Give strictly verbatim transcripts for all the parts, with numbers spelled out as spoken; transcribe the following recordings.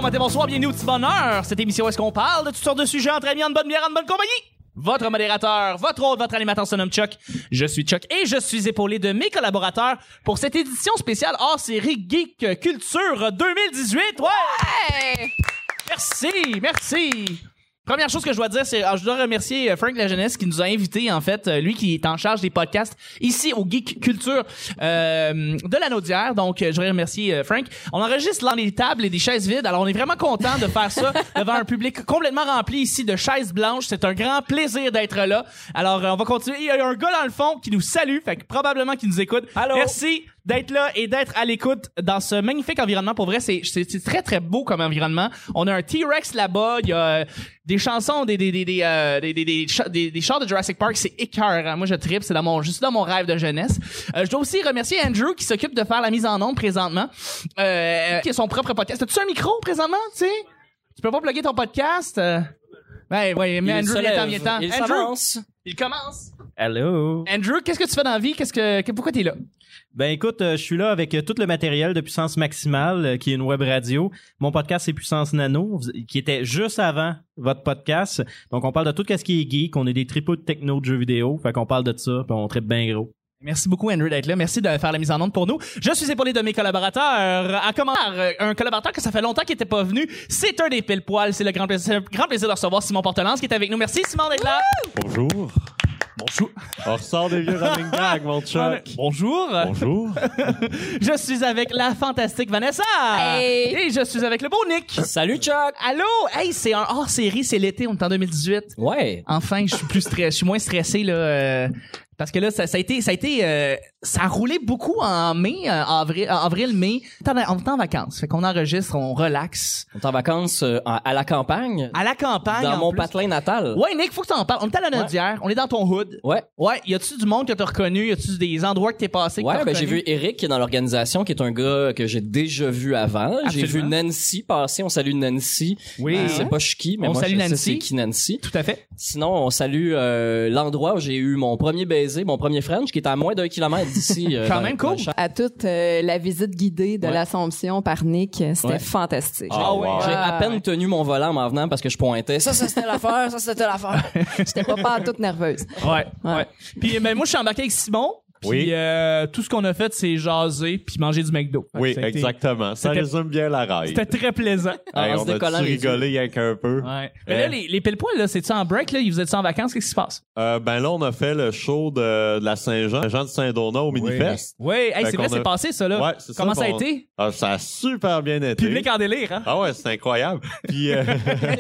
matin, bonsoir, bienvenue au Petit Bonheur. Cette émission où est-ce qu'on parle de toutes sortes de sujets entre amis, en bonne bière, en bonne compagnie. Votre modérateur, votre hôte, votre animateur se nomme Chuck. Je suis Chuck et je suis épaulé de mes collaborateurs pour cette édition spéciale hors série Geek Culture deux mille dix-huit. Ouais! Hey! Merci, merci. Première chose que je dois dire, c'est, alors, je dois remercier Frank La Jeunesse qui nous a invités, en fait, lui qui est en charge des podcasts ici au Geek Culture euh, de la Naudière. Donc, je voudrais remercier Frank. On enregistre dans les tables et des chaises vides. Alors, on est vraiment content de faire ça devant un public complètement rempli ici de chaises blanches. C'est un grand plaisir d'être là. Alors, on va continuer. Il y a un gars dans le fond qui nous salue, fait que probablement qu'il nous écoute. Allô? Merci d'être là et d'être à l'écoute dans ce magnifique environnement. Pour vrai, c'est, c'est, c'est très, très beau comme environnement. On a un T-Rex là-bas. Il y a des chansons, des, des, des, des, euh, des, des, des, des, des chars de Jurassic Park. C'est écœurant. Moi, je trippe. C'est dans mon, juste dans mon rêve de jeunesse. Euh, je dois aussi remercier Andrew qui s'occupe de faire la mise en onde présentement. Euh, qui a son propre podcast. As-tu un micro présentement, tu sais? Tu peux pas plugger ton podcast? Euh... Ouais, ouais, mais Andrew, viens-t'en, viens-t'en. Il Andrew, commence. Il commence. Hello. Andrew, qu'est-ce que tu fais dans la vie? Qu'est-ce que, que pourquoi t'es là? Ben écoute, euh, je suis là avec euh, tout le matériel de Puissance Maximale, euh, qui est une web radio. Mon podcast, c'est Puissance Nano, qui était juste avant votre podcast. Donc, on parle de tout ce qui est geek. On est des tripos de techno de jeux vidéo. Fait qu'on parle de ça, puis on tripe bien gros. Merci beaucoup, Andrew, d'être là. Merci de faire la mise en onde pour nous. Je suis épaulé de mes collaborateurs. À commencer par un collaborateur que ça fait longtemps qu'il était pas venu. C'est un des pile-poils. C'est le grand plaisir, le grand plaisir de recevoir Simon Portelance qui est avec nous. Merci, Simon, d'être là. Bonjour. Bonjour. On ressort des vieux running gags, mon Chuck. Bonjour. Bonjour. Je suis avec la fantastique Vanessa. Hey. Et je suis avec le beau Nick. Salut, Chuck! Allô? Hey, c'est un hors-série, c'est l'été, on est en deux mille dix-huit. Ouais. Enfin, je suis plus stressé, je suis moins stressé, là, euh, parce que là, ça, ça a été, ça a été, euh, ça a roulé beaucoup en mai, euh, avril, avril, mai. On est en vacances, fait qu'on enregistre, on relaxe. On est en vacances euh, à, à la campagne. À la campagne, Dans en mon plus. patelin natal. Ouais, Nick, faut que t'en parles. On est à la Naudière, on est dans ton hood. Ouais. Ouais, y a-tu du monde que t'as reconnu? Y a-tu des endroits que t'es passé que Ouais, t'as ben j'ai reconnu? vu Eric qui est dans l'organisation, qui est un gars que j'ai déjà vu avant. J'ai vu Absolument. Nancy passer. On salue Nancy. Oui. Euh, c'est pas Chiki, mais On moi salue je sais Nancy. c'est qui Nancy. Tout à fait. Sinon, on salue euh, l'endroit où j'ai eu mon premier baiser, mon premier French, qui est à moins d'un kilomètre d'ici. euh, Quand dans- même dans le cool. champ. À toute euh, la visite guidée de Ouais. l'Assomption par Nick, c'était Ouais. fantastique. Ah ouais. J'ai Ah, à peine ouais. tenu mon volant en m'en venant parce que je pointais. Ça, ça c'était l'affaire. Ça, c'était l'affaire. J'étais pas pas toute nerveuse. Ouais, ouais. Ouais. Puis ben moi je suis embarqué avec Simon. Puis Oui. euh, tout ce qu'on a fait c'est jaser puis manger du McDo. Fait que Oui, ça a été- exactement. Ça c'était- résume bien la ride. C'était très plaisant. Hey, En se on a décollant dû les yeux. rigolé rien qu'un peu. Ouais. Mais là Euh. les, les pile-poils là, c'est-tu en break là, vous êtes en vacances, qu'est-ce qui se passe? Euh, ben là, on a fait le show de, de la Saint-Jean, Saint-Jean de Saint-Donat au Minifest. Oui, hey, Fait c'est qu'on vrai, a- c'est passé ça là. Ouais, c'est ça Comment ça a qu'on- été? Ah, ça a super bien été. Public en délire, hein? Ah ouais, c'est incroyable. Puis euh,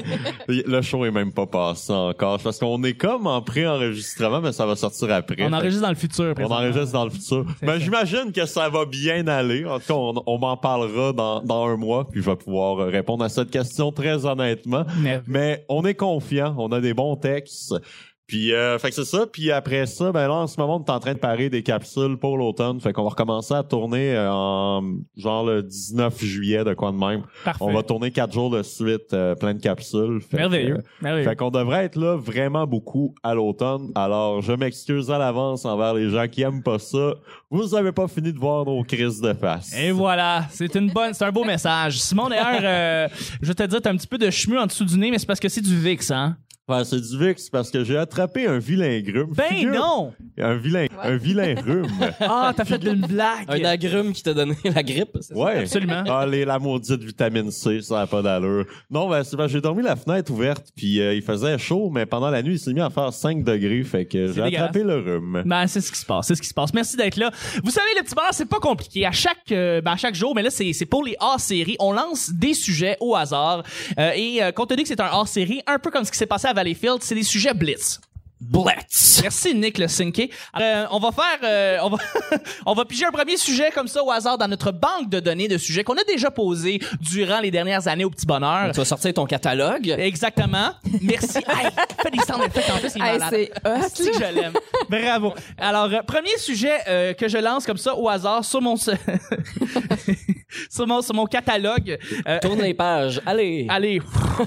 le show est même pas passé encore parce qu'on est comme en pré-enregistrement, mais ça va sortir après. On Fait enregistre dans le futur. On présentement. enregistre dans le futur. Ben, ça. j'imagine que ça va bien aller. En tout cas, on, on m'en parlera dans, dans un mois, puis je vais pouvoir répondre à cette question très honnêtement. Mais- Mais on est confiant, on a des bons textes. Puis, euh, fait que c'est ça. Puis après ça, ben là, en ce moment, on est en train de parer des capsules pour l'automne. Fait qu'on va recommencer à tourner euh, en genre le dix-neuf juillet, de quoi de même. Parfait. On va tourner quatre jours de suite, euh, plein de capsules. Fait que, Merveilleux. euh, Merveilleux. fait qu'on devrait être là vraiment beaucoup à l'automne. Alors, je m'excuse à l'avance envers les gens qui aiment pas ça. Vous avez pas fini de voir nos crises de face. Et voilà, c'est une bonne, c'est un beau message. Simon, d'ailleurs, euh, je vais te dire, t'as un petit peu de cheveux en dessous du nez, mais c'est parce que c'est du Vicks, hein? Ouais, c'est du Vicks parce que j'ai attrapé un vilain grume. Ben Figure- non! Un vilain, un vilain rhume. Ah, t'as fait une blague! Un agrume qui t'a donné la grippe. c'est ça? Ouais. Absolument. Ah, les, la maudite vitamine C, ça n'a pas d'allure. Non, ben, c'est parce que j'ai dormi la fenêtre ouverte, puis euh, il faisait chaud, mais pendant la nuit, il s'est mis à faire cinq degrés, fait que j'ai dégueulasse. attrapé le rhume. Ben, c'est ce qui se passe, c'est ce qui se passe. Merci d'être là. Vous savez, le petit bonheur, c'est pas compliqué. À chaque, euh, ben, à chaque jour, mais là, c'est, c'est pour les hors-séries. On lance des sujets au hasard. Euh, et, euh, compte tenu que c'est un hors-série, un peu comme ce qui s'est passé à Valleyfield, c'est des sujets blitz. Blitz. Merci Nick le cinqué. Euh, on va faire, euh, on va, on va piger un premier sujet comme ça au hasard dans notre banque de données de sujets qu'on a déjà posés durant les dernières années au Petit Bonheur. Tu vas sortir ton catalogue. Exactement. Merci. Hey, fais des sound effects en plus, il est Hey, malade. c'est hot, Si que je l'aime. Bravo. Alors, euh, premier sujet euh, que je lance comme ça au hasard sur mon... se- sur mon, sur mon catalogue. Euh, Tourne les pages. Allez. Allez.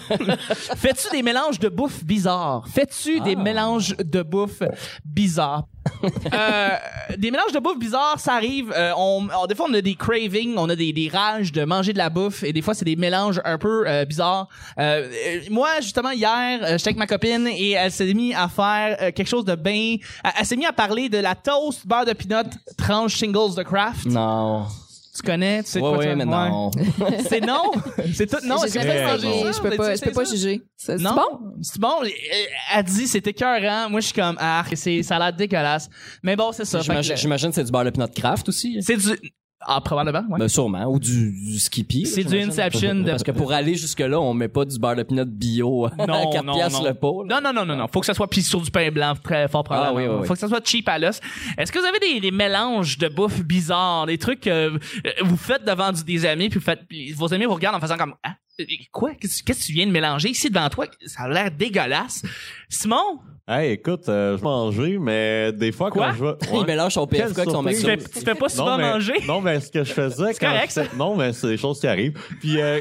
Fais-tu des mélanges de bouffe bizarres? Fais-tu des mélanges de bouffe bizarres? euh, des mélanges de bouffe bizarres, ça arrive. Euh, on, on- des fois, on a des cravings, on a des, des rages de manger de la bouffe, et des fois, c'est des mélanges un peu euh, bizarres. Euh, euh, moi, justement, hier, euh, j'étais avec ma copine et elle s'est mise à faire euh, quelque chose de bien... Elle, elle s'est mise à parler de la toast beurre de peanut tranche Shingles de Kraft. Non. Tu connais? Tu sais de Ouais, quoi ouais, tu- mais ouais. non. C'est non? C'est tout non? J'ai Est-ce que jamais t'as très essayé, mangé bon. ça? je peux pas, T'as-tu je peux pas essayé ça? juger. C'est c'est Non? bon? C'est bon? Euh, Elle dit c'était écœurant. Moi, je suis comme, ah, c'est, ça a l'air dégueulasse. Mais bon, c'est ça. Fait J'imagine, que- j'imagine que c'est du beurre de peanut craft aussi. C'est du, ah, probablement, ouais. Ben, sûrement. Ou du, du Skippy. là, C'est du j'imagine. Inception de- Parce que pour aller jusque-là, on met pas du beurre de peanut bio à Non, quatre non, piastres non. le pot. là. Non, non, non, non, non. Faut que ça soit pis sur du pain blanc très fort probablement. Ah oui, oui, oui. Faut que ça soit cheap à l'os. Est-ce que vous avez des, des mélanges de bouffe bizarres, des trucs que euh, vous faites devant du- des amis, puis vous faites, puis vos amis vous regardent en faisant comme, ah, quoi? Qu'est-ce qu'est-ce que tu viens de mélanger ici devant toi? Ça a l'air dégueulasse. Simon? Hey, écoute, euh, je mangeais, mais des fois, Quoi? quand je vais... Il Ouais. mélange son P F K avec son surprise. Tu McDo. fais, tu fais pas souvent non, mais, manger? Non, mais ce que je faisais C'est quand correct, je fais- non, mais c'est des choses qui arrivent. Puis euh,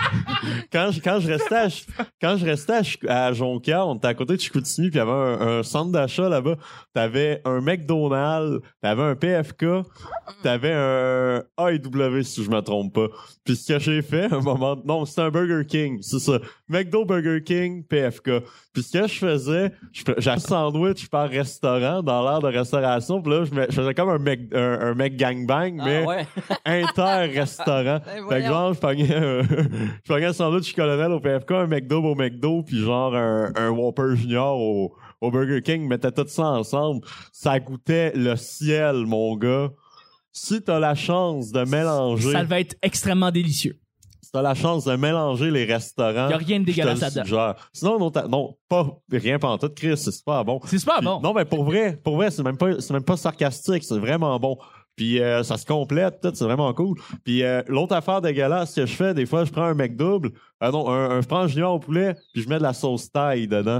quand je quand je restais à, Ch- quand je restais à, Ch- à Jonquière, on était à côté de Chicoutimi, puis il y avait un, un centre d'achat là-bas. T'avais un McDonald's, t'avais un P F K, t'avais un A E W si je me trompe pas. Puis ce que j'ai fait, un moment, non, c'était un Burger King, c'est ça. McDo, Burger King, P F K. Puis ce que je faisais, je pre- j'avais un sandwich par restaurant dans l'ère de restauration. Puis là, je, me- je faisais comme un mec un, un mec gangbang, Ah, mais ouais. inter-restaurant. Ben, Fait que voyons. genre, je pognais un, je pognais un sandwich colonel au P F K, un McDo au McDo, puis genre un, un Whopper Junior au, au Burger King. Mettais tout ça ensemble. Ça goûtait le ciel, mon gars. Si t'as la chance de mélanger, Ça va être extrêmement délicieux. si t'as la chance de mélanger les restaurants, Y a rien de je te dégueulasse le là-dedans. suggère. Sinon, non, t'as- non, pas rien pas en tout, Chris, c'est super bon. C'est super Puis- bon. Non, mais pour vrai, pour vrai, c'est même pas, c'est même pas sarcastique, c'est vraiment bon. Puis euh, ça se complète, tout, c'est vraiment cool. Puis euh, l'autre affaire dégueulasse que je fais, des fois, je prends un McDouble, euh, non, un, un, je prends un junior au poulet, puis je mets de la sauce taille dedans.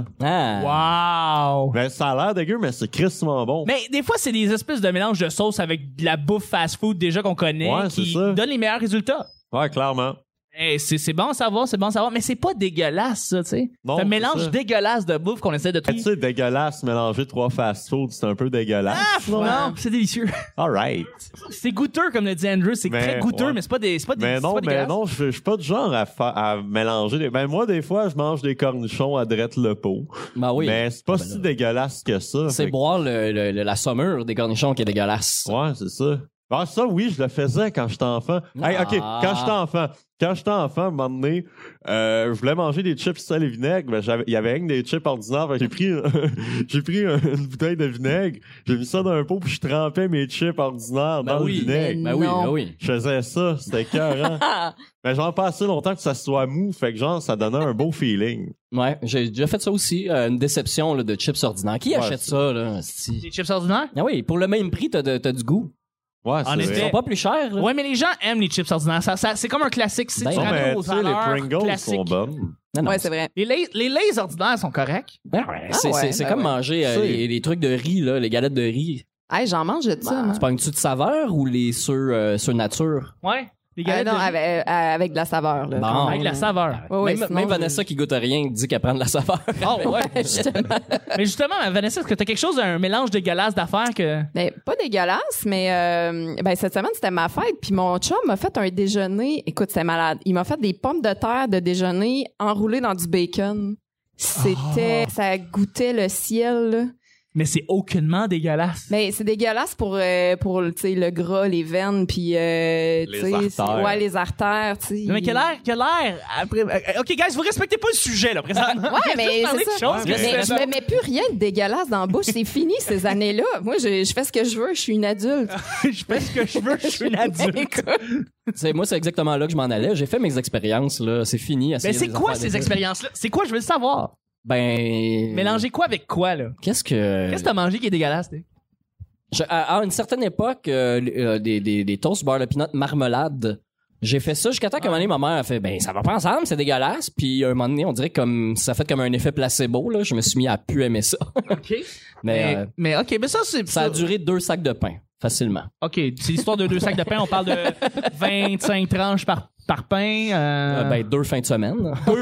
Ah. Wow! Ben, ça a l'air dégueu, mais c'est crissement bon. Mais des fois, c'est des espèces de mélanges de sauce avec de la bouffe fast-food déjà qu'on connaît Ouais, c'est qui ça. donnent les meilleurs résultats. Ouais, clairement. Hey, c'est, c'est bon à savoir, c'est bon à savoir, mais c'est pas dégueulasse, ça, tu sais. Non, C'est un c'est mélange ça. dégueulasse de bouffe qu'on essaie de Tu trouver. sais, dégueulasse, mélanger trois fast-food, c'est un peu dégueulasse. Ah, non, c'est délicieux. All right. C'est goûteux, comme le dit Andrew, c'est Mais, très goûteux, ouais. mais c'est pas des, c'est pas des, Mais c'est non, pas mais dégueulasse. non, je je suis pas du genre à, fa- à mélanger des... Ben moi, des fois, je mange des cornichons à drette le pot. Ben oui. Mais c'est pas si dégueulasse que ça. C'est Fait que- boire le, le- le- la saumure des cornichons qui est dégueulasse. Ouais, c'est ça. Ah, ça, oui, je le faisais quand j'étais enfant. Hey, OK, Ah. quand j'étais enfant. Quand j'étais enfant, à un moment donné, euh, je voulais manger des chips sel et vinaigre. Ben, j'avais, il y avait rien que des chips ordinaires. Fait que j'ai pris, j'ai pris une bouteille de vinaigre, j'ai mis ça dans un pot, puis je trempais mes chips ordinaires Ben dans oui. le vinaigre. Ben oui, Non. ben oui. Je faisais ça, c'était écœurant. Mais genre pas assez longtemps que ça soit mou, fait que genre, ça donnait un beau feeling. Ouais, j'ai déjà fait ça aussi. euh, une déception là, de chips ordinaires. Qui Ouais, achète c'est- ça, là? esti? Des chips ordinaires? Ah oui, pour le même prix, t'as, de- t'as du goût. Ouais, En c'est effet. Ils vrai. sont pas plus chers, là. Ouais, mais les gens aiment les chips ordinaires. Ça, ça, c'est comme un classique. C'est Ben, du Non, ramen mais aux tu sais, les valeurs Pringles classiques. sont bonnes. Non, non, Ouais, c'est vrai. Les Lays, les Lays ordinaires sont corrects. Ben ouais, c'est, Ah ouais, c'est, c'est ben comme ouais. manger euh, C'est- les, les trucs de riz, là, les galettes de riz. Hey, j'en mange de ça, moi. Tu pognes-tu de saveur ou les sur, euh, sur nature? Ouais. Les Euh, galettes non, de riz. avec, euh, avec de la saveur. Là, Bon. quand Avec même. la saveur. Ouais, ouais, même sinon, même je- Vanessa qui goûte à rien dit qu'elle prend de la saveur. Oh, ouais. Justement. Mais justement, Vanessa, est-ce que t'as quelque chose, un mélange dégueulasse d'affaires que... Ben, pas dégueulasse, mais euh, ben, cette semaine, c'était ma fête. Puis mon chum m'a fait un déjeuner. Écoute, c'est malade. Il m'a fait des pommes de terre de déjeuner enroulées dans du bacon. C'était... Ah. Ça goûtait le ciel, là. Mais c'est aucunement dégueulasse. Mais c'est dégueulasse pour euh, pour tu sais le gras, les veines puis euh, tu Les sais, c'est- artères. ouais, les artères, tu sais. Non, mais quel air, quel air. Après... euh, OK, guys, vous respectez pas le sujet, là, présentement. Ouais, mais Juste parler c'est de ça. choses Ouais, que Mais c'est- je me mets plus rien de dégueulasse dans la bouche, c'est fini ces années-là. Moi, je, je fais ce que je veux, je suis une adulte. je fais ce que je veux, je suis une adulte. Écoute, C'est, moi, c'est exactement là que je m'en allais. J'ai fait mes expériences, là. C'est fini. Mais essayer c'est des quoi affaires ces dégueu. expériences-là? C'est quoi, je veux le savoir. Ben. Mélanger quoi avec quoi, là? Qu'est-ce que. Qu'est-ce que t'as mangé qui est dégueulasse, t'es? Je- à, à une certaine époque, euh, euh, des, des, des toasts beurre de peanut marmelade. J'ai fait ça jusqu'à temps qu'à un moment donné, ma mère a fait, ben, ça va pas ensemble, c'est dégueulasse. Puis, à un moment donné, on dirait comme, ça fait comme un effet placebo, là. Je me suis mis à plus aimer ça. OK. Mais, Mais, euh, mais OK, mais ça, c'est... ça a duré deux sacs de pain. facilement. OK, c'est l'histoire de deux sacs de pain. On parle de vingt-cinq tranches par, par pain. Euh... Euh, ben, deux fins de semaine. Deux...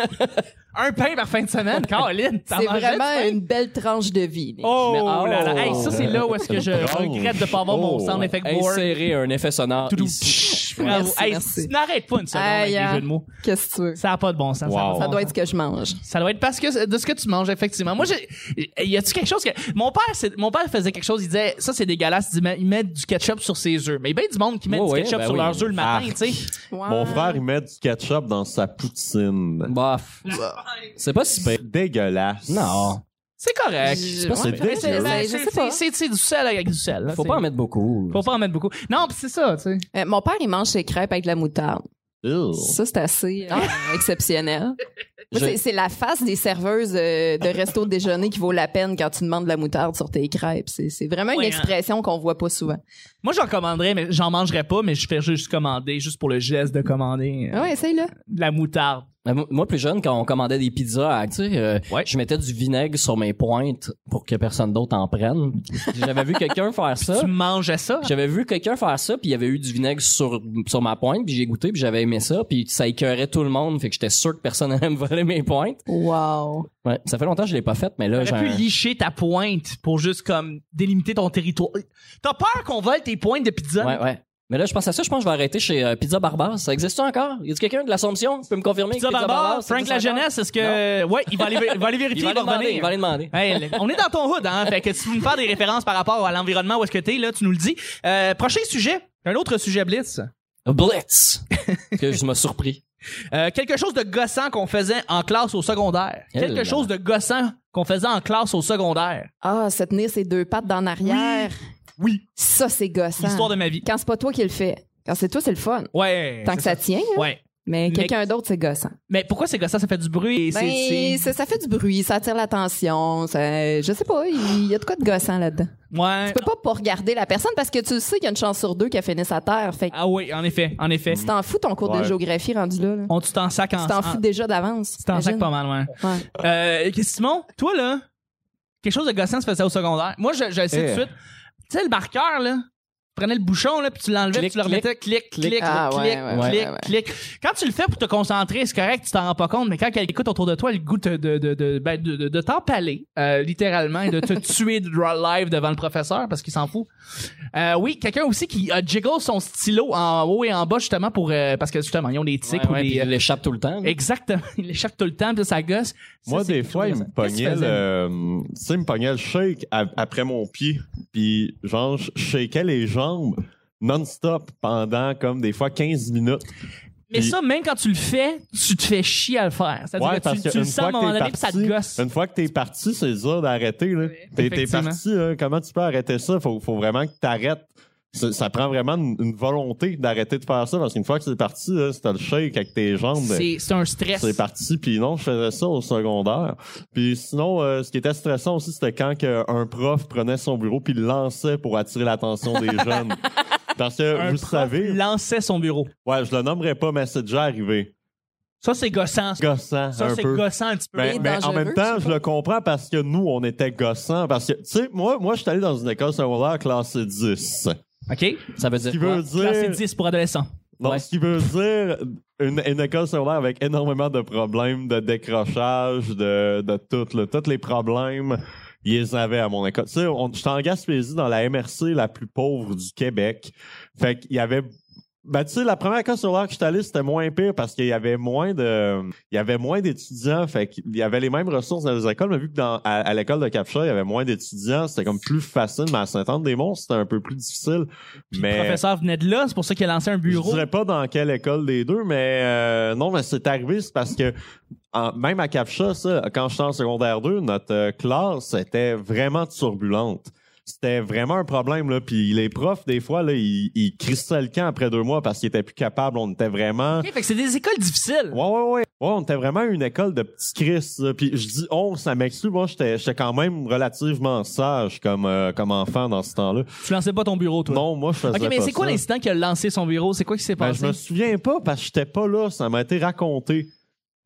Un pain par fin de semaine. Caroline, t'en C'est mangeais vraiment du pain? une belle tranche de vie. Nick. Oh, Mais- oh. là là. Hey, ça, c'est là où est-ce que je regrette de pas avoir mon Oh. sound effect board. Insérer un effet sonore Tout doux. ici. Bravo. Merci, Hey, merci. n'arrête pas une seconde Aïe, avec les hein. jeux de mots. Qu'est-ce que tu veux? Ça n'a pas de bon sens. Wow. Ça, a pas de Ça bon doit sens. être ce que je mange. Ça doit être parce que de ce que tu manges, effectivement. Moi, j'ai, y a-tu quelque chose que, mon père, c'est, mon père faisait quelque chose, il disait, ça, c'est dégueulasse, il, met, il met du ketchup sur ses œufs. Mais il y a bien du monde qui met Ouais, du ouais, ketchup ben sur oui. leurs œufs le matin, Ah. tu sais. Ouais. Mon frère, il met du ketchup dans sa poutine. Bof. C'est pas si pire. Dégueulasse. Non. C'est correct. Je- pas si ouais, pire. mais c'est- Ben, je c'est, sais pas. c'est, c'est, c'est du sel avec du sel. là. Faut C'est- pas en mettre beaucoup. Faut pas en mettre beaucoup. Non, pis c'est ça, tu sais. Euh, mon père, il mange ses crêpes avec de la moutarde. Ew. Ça, c'est assez euh, exceptionnel. Moi, Je- c'est, c'est la face des serveuses euh, de resto de déjeuner qui vaut la peine quand tu demandes de la moutarde sur tes crêpes. C'est, c'est vraiment Ouais, une expression qu'on voit pas souvent. Moi, j'en commanderais, mais j'en mangerais pas, mais je fais juste commander, juste pour le geste de commander euh, Ah ouais, essaye-le. de la moutarde. Ben, moi- Moi, plus jeune, quand on commandait des pizzas, tu sais, euh, Ouais. je mettais du vinaigre sur mes pointes pour que personne d'autre en prenne. J'avais vu quelqu'un faire ça. Tu mangeais ça? J'avais vu quelqu'un faire ça, puis il y avait eu du vinaigre sur, sur ma pointe, puis j'ai goûté, puis j'avais aimé ça, puis ça écœurait tout le monde, fait que j'étais sûr que personne allait me voler mes pointes. Wow. Ouais, ça fait longtemps que je l'ai pas fait, mais là, j'ai T'aurais pu un- licher ta pointe pour juste comme délimiter ton territoire. T'as peur qu'on vole tes pointes de pizza? Ouais, ouais. Mais là, je pense à ça, je pense que je vais arrêter chez euh, Pizza Barbare. Ça existe encore? Y a-tu quelqu'un de l'Assomption qui peut me confirmer Pizza que Pizza Barbare, Barbare, ça Frank existe la encore? jeunesse, est-ce que... Ouais, il va aller, il va aller vérifier, Il va il va aller demander, revenir. il va aller demander. Hey, le- on est dans ton hood, hein. Fait que si tu veux nous faire des références par rapport à l'environnement où est-ce que t'es, là, tu nous le dis. Euh, prochain sujet. Un autre sujet Blitz. Blitz! que je m'ai surpris. Euh, quelque chose de gossant qu'on faisait en classe au secondaire. Elle, Quelque là. chose de gossant qu'on faisait en classe au secondaire. Ah, se tenir ses deux pattes dans l'arrière. Oui. Ça, c'est gossant. L'histoire de ma vie. Quand c'est pas toi qui le fais. Quand c'est toi, c'est le fun. Ouais. Tant que ça tient, hein. Ouais. Mais Mais- quelqu'un d'autre, c'est gossant. Mais pourquoi c'est gossant? Ça fait du bruit et Ben, c'est... c'est- ça, ça fait du bruit, ça attire l'attention. Ça, je sais pas, il y a de quoi de gossant là-dedans. Ouais. Tu peux pas pas regarder la personne parce que tu le sais qu'il y a une chance sur deux qu'elle finisse à terre. Fait que Ah oui, en effet, en effet. tu t'en fous ton cours de Ouais. géographie rendu là. là. On tu t'en sac en... Tu t'en en- fous déjà d'avance. Tu t'en sac imagine. pas mal, ouais. Ouais. Euh, qu'est-ce- Simon, toi, là, quelque chose de gossant se faisait au secondaire. Moi, je, je le sais Eh. tout de suite. Tu sais, le marqueur, là, tu prenais le bouchon, là, puis tu l'enlevais, puis Clic, tu le remettais, clic, clic, clic, Ah, ouais, clic, ouais, clic, ouais, ouais. clic. Quand tu le fais pour te concentrer, c'est correct, tu t'en rends pas compte, mais quand quelqu'un écoute autour de toi, le goût de, de, de, de, ben, de, de, de t'empaler, euh, littéralement, et de te tuer de live devant le professeur parce qu'il s'en fout. Euh, oui, quelqu'un aussi qui a jiggle son stylo en haut et en bas, justement, pour, euh, parce que justement, ils ont des tics Ouais, ou ouais, des, puis euh, il l'échappe tout le temps. exactement. Il l'échappe tout le temps, puis ça gosse. Ça, Moi, c'est des quelque fois, chose il de me gossant. Qu'est-ce que tu pognait faisais? le, tu sais, il me pognait le shake à- après mon pied. Puis, genre, je shakeais les jambes non-stop pendant, comme, des fois, quinze minutes. Mais Puis- ça, même quand tu le fais, tu te fais chier à le faire. C'est-à-dire Ouais, que parce tu, tu qu'une le sens à un fois que moment t'es donné, puis ça te parti- gosse. Une fois que t'es parti, c'est dur d'arrêter, là. T'es, t'es effectivement. parti, là. Comment tu peux arrêter ça? Faut, faut vraiment que t'arrêtes. Ça, ça prend vraiment une, une volonté d'arrêter de faire ça, parce qu'une fois que c'est parti, là, c'est le shake avec tes jambes. ben, C'est, c'est un stress. c'est parti, puis non, je faisais ça au secondaire. Puis sinon, euh, ce qui était stressant aussi, c'était quand que un prof prenait son bureau puis le lançait pour attirer l'attention des jeunes. Parce que, Un vous prof savez, lançait son bureau. ouais, je le nommerai pas, mais c'est déjà arrivé. Ça, c'est gossant. Ça, Gossant, Ça, un c'est peu. gossant un petit peu. Mais, Et mais en dangereux, même temps, je sais je pas. le comprends parce que nous, on était gossants. Parce que, tu sais, moi, moi, je suis allé dans une école secondaire classée dix. OK? Ça veut Ce dire qui quoi? veut Classé dire... dix pour adolescents. Non, Ouais. ce qui veut dire une, une école secondaire avec énormément de problèmes de décrochage, de, de tout, là. Tous les problèmes, ils les avaient à mon école. Tu sais, on- j'étais en Gaspésie dans la M R C la plus pauvre du Québec. Fait qu'il y avait... Ben, tu sais, la première école secondaire que j'étais allé, c'était moins pire parce qu'il y avait moins de, il y avait moins d'étudiants. Fait qu'il y avait les mêmes ressources dans les écoles, mais vu que dans, à, à l'école de Capcha, il y avait moins d'étudiants, c'était comme plus facile, mais à Saint-Anne-des-Monts, c'était un peu plus difficile. Puis mais le professeur venait de là, c'est pour ça qu'il a lancé un je bureau. dirais pas dans quelle école des deux, mais euh, non, mais c'est arrivé, c'est parce que en- même à Capcha, ça, quand j'étais en secondaire deux, notre euh, classe était vraiment turbulente. C'était vraiment un problème, là. Puis les profs, des fois, là, ils, ils crissaient le camp après deux mois parce qu'ils étaient plus capables. On était vraiment... OK, fait que c'est des écoles difficiles. Ouais, ouais, ouais. Ouais, on était vraiment une école de petits Chris. là. Puis je dis oh, ça m'exclut. Moi, j'étais j'étais quand même relativement sage comme, euh, comme enfant dans ce temps-là. Tu lançais pas ton bureau, toi. Non, moi, je faisais OK, mais pas c'est quoi ça. l'incident qui a lancé son bureau? C'est quoi qui s'est Ben, passé? je me souviens pas parce que j'étais pas là. Ça m'a été raconté.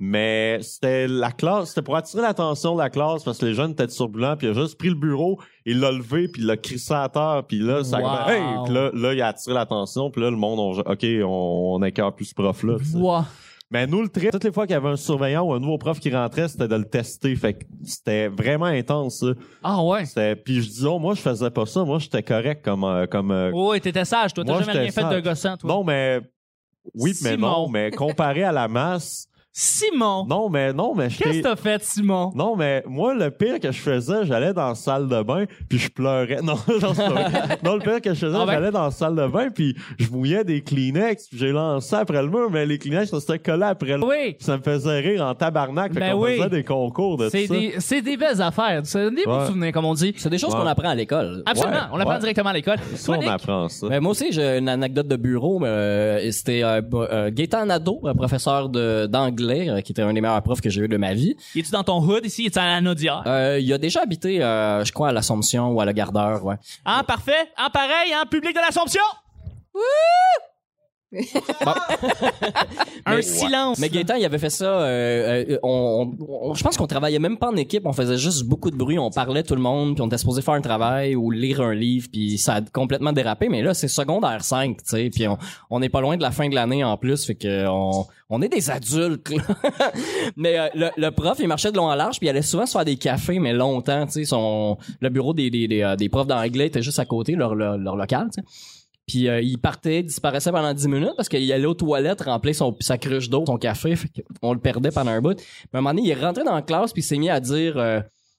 Mais c'était la classe, c'était pour attirer l'attention de la classe parce que les jeunes étaient turbulents, puis il a juste pris le bureau, il l'a levé, puis il l'a crissé à terre, puis là, ça Wow. hey! Puis là, là, il a attiré l'attention, puis là, le monde, on, OK, on, on écœure plus ce prof-là. tu sais. Wow. Mais nous, le trip, toutes les fois qu'il y avait un surveillant ou un nouveau prof qui rentrait, c'était de le tester. Fait que c'était vraiment intense, ça. Ah ouais. C'était... Puis je disais, oh, moi, je faisais pas ça. Moi, j'étais correct comme... euh, comme euh, Ouais, t'étais sage, toi. T'as Moi, jamais rien j'étais fait de sage. gossant, toi. Non, mais... Oui, mais Simon. non. Mais comparé à la masse... Simon. Non, mais non, mais Qu'est-ce j'étais... que t'as fait, Simon? Non, mais moi, le pire que je faisais, j'allais dans la salle de bain, puis je pleurais. Non, j'en sais pas. Non, le pire que je faisais, Ah ben. j'allais dans la salle de bain, puis je mouillais des Kleenex, puis j'ai lancé après le mur, mais les Kleenex, ça s'était collé après le Oui. Ça me faisait rire en tabarnak. Fait Ben qu'on oui. faisait des concours de C'est ça. des, c'est des belles affaires. C'est des bons Ouais. souvenirs, comme on dit. C'est des choses Ouais. qu'on apprend à l'école. Absolument. Ouais, On l'apprend ouais. directement à l'école. Ça, Toi, on Nick? apprend ça. Ben, moi aussi, j'ai une anecdote de bureau. mais, euh, c'était euh, euh, Gaétan Nadeau, un professeur de, d'anglais, euh, qui était un des meilleurs profs que j'ai eu de ma vie. Es-tu dans ton hood ici? Es-tu à la Naudière? Euh, il a déjà habité, euh, je crois, à l'Assomption ou à la Gardeur, ouais. Ah, parfait. Ah, pareil, hein, public de l'Assomption. Un Mais- silence. Mais Gaétan, il avait fait ça. Euh, euh, on, on- je pense qu'on travaillait même pas en équipe. On faisait juste beaucoup de bruit. On parlait tout le monde. Puis on était supposé faire un travail ou lire un livre. Puis ça a complètement dérapé. Mais là, c'est secondaire cinq, tu sais. Puis on, on est pas loin de la fin de l'année en plus. Fait que on, on est des adultes. Là. mais euh, le, le prof, il marchait de long en large. Puis il allait souvent se faire des cafés, mais longtemps. Tu sais, son le bureau des des des, euh, des profs d'anglais était juste à côté leur leur, leur local. Tu sais. Puis euh, il partait, disparaissait pendant dix minutes parce qu'il allait aux toilettes remplir son, sa cruche d'eau, son café. Fait qu'on le perdait pendant un bout. Puis à un moment donné, il est rentré dans la classe puis il s'est mis à dire... Euh,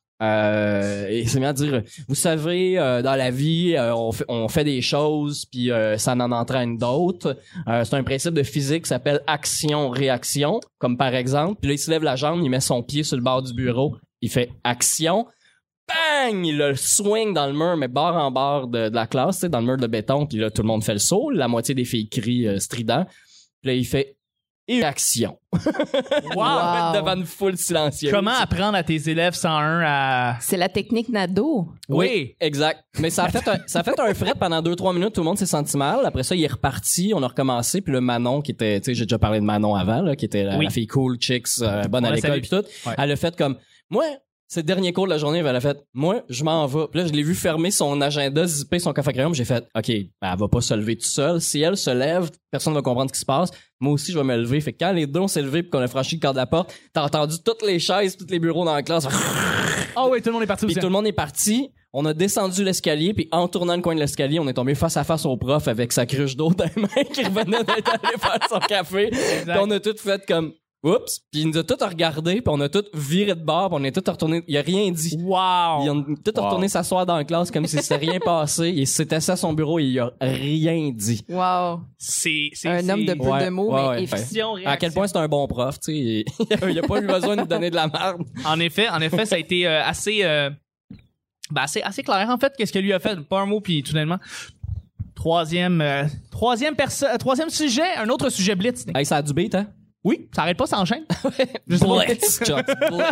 euh, il s'est mis à dire, vous savez, euh, dans la vie, euh, on, fait, on fait des choses puis euh, ça en entraîne d'autres. Euh, c'est un principe de physique qui s'appelle action-réaction, comme par exemple. Puis là, il se lève la jambe, il met son pied sur le bord du bureau, il fait action. Bang! Il le swing dans le mur, mais bord en bord de, de la classe, tu sais, dans le mur de béton. Puis là, tout le monde fait le saut. La moitié des filles crient euh, strident. Puis là, il fait et action. Wow. Devant une foule silencieuse. Comment apprendre à tes élèves cent un à... C'est la technique Nadeau. Oui. Exact. Mais ça a fait un, ça a fait un fret pendant deux, trois minutes. Tout le monde s'est senti mal. Après ça, il est reparti. On a recommencé. Puis le Manon, qui était, tu sais, j'ai déjà parlé de Manon avant, là, qui était la, Oui. la fille cool, chicks, euh, bonne On à la l'école salue. puis tout. Ouais. Elle a fait comme, moi, c'est le dernier cours de la journée, elle a fait, moi, je m'en vais. Puis là, je l'ai vu fermer son agenda, zipper son café crayon. J'ai fait, OK, ben, elle va pas se lever toute seule. Si elle se lève, personne va comprendre ce qui se passe. Moi aussi, je vais me lever. Fait que quand les deux ont s'est levés puis qu'on a franchi le cadre de la porte, t'as entendu toutes les chaises, tous les bureaux dans la classe. Ah oui, tout le monde est parti Puis aussi. tout le monde est parti. On a descendu l'escalier, puis en tournant le coin de l'escalier, on est tombé face à face au prof avec sa cruche d'eau dans les mains qui revenait d'être allé faire son café. Puis on a tout fait comme oups, puis il nous a tout regardé, puis on a tout viré de bord, puis on est tout retourné, il a rien dit. Wow. Il a tout Wow. retourné s'asseoir dans la classe comme si c'était rien passé. Il s'est assis à son bureau et il a rien dit. Wow. C'est, c'est, Un c'est... homme de peu Ouais, de mots, ouais, mais ouais. efficace. Action, réaction. À quel point c'est un bon prof, tu sais. Il a pas eu besoin de nous donner de la merde. En effet, en effet, ça a été euh, assez, euh, ben assez, assez clair en fait. Qu'est-ce que lui a fait? Pas un mot puis tout simplement. Troisième, euh, troisième perso- euh, troisième sujet, un autre sujet blitz. Nick. Hey, ça a du beat, hein? Oui, ça arrête pas, ça enchaîne. Je sais pas. Blitz, Chuck,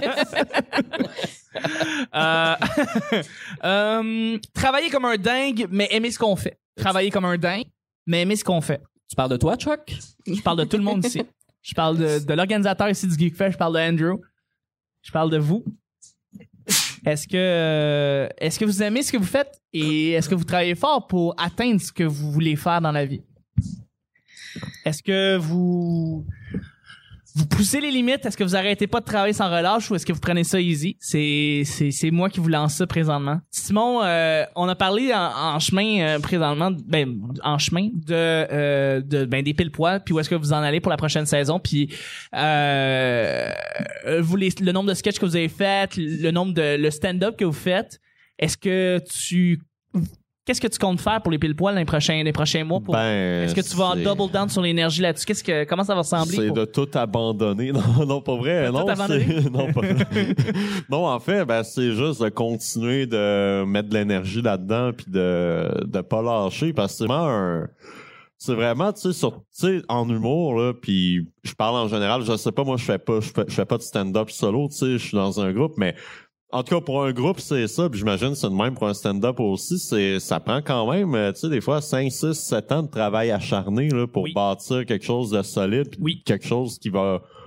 blitz. Euh, euh, travailler comme un dingue, mais aimer ce qu'on fait. Travailler comme un dingue, mais aimer ce qu'on fait. Tu parles de toi, Chuck? Je parle de tout le monde ici. Je parle de, de l'organisateur ici du Geek Fest. Je parle de Andrew. Je parle de vous. Est-ce que, euh, est-ce que vous aimez ce que vous faites et est-ce que vous travaillez fort pour atteindre ce que vous voulez faire dans la vie? Est-ce que vous, vous poussez les limites? Est-ce que vous arrêtez pas de travailler sans relâche ou est-ce que vous prenez ça easy? C'est, c'est, c'est moi qui vous lance ça présentement. Simon, euh, on a parlé en, en chemin euh, présentement, ben, en chemin de, euh, de ben, des pile-poils, puis où est-ce que vous en allez pour la prochaine saison, puis euh, vous les, le nombre de sketchs que vous avez fait, le nombre de le stand-up que vous faites. Est-ce que tu Qu'est-ce que tu comptes faire pour les pile-poils les prochains, les prochains mois? Pour, Ben, est-ce que tu vas en c'est- double down sur l'énergie là-dessus? Qu'est-ce que, comment ça va ressembler? C'est pour- de tout abandonner. Non, non, pas vrai. De Non, tout abandonner? c'est- non, pas non, en fait, ben, c'est juste de continuer de mettre de l'énergie là-dedans puis de, de pas lâcher parce que c'est vraiment un, c'est vraiment, tu sais, sur, tu sais, en humour, là, puis je parle en général, je sais pas, moi, je fais pas, je fais, je fais pas de stand-up solo, tu sais, je suis dans un groupe, mais en tout cas, pour un groupe, c'est ça, puis j'imagine que c'est de même pour un stand-up aussi, c'est, ça prend quand même, euh, tu sais, des fois, cinq, six, sept ans de travail acharné, là, pour Oui. bâtir quelque chose de solide, puis Oui. quelque chose qui va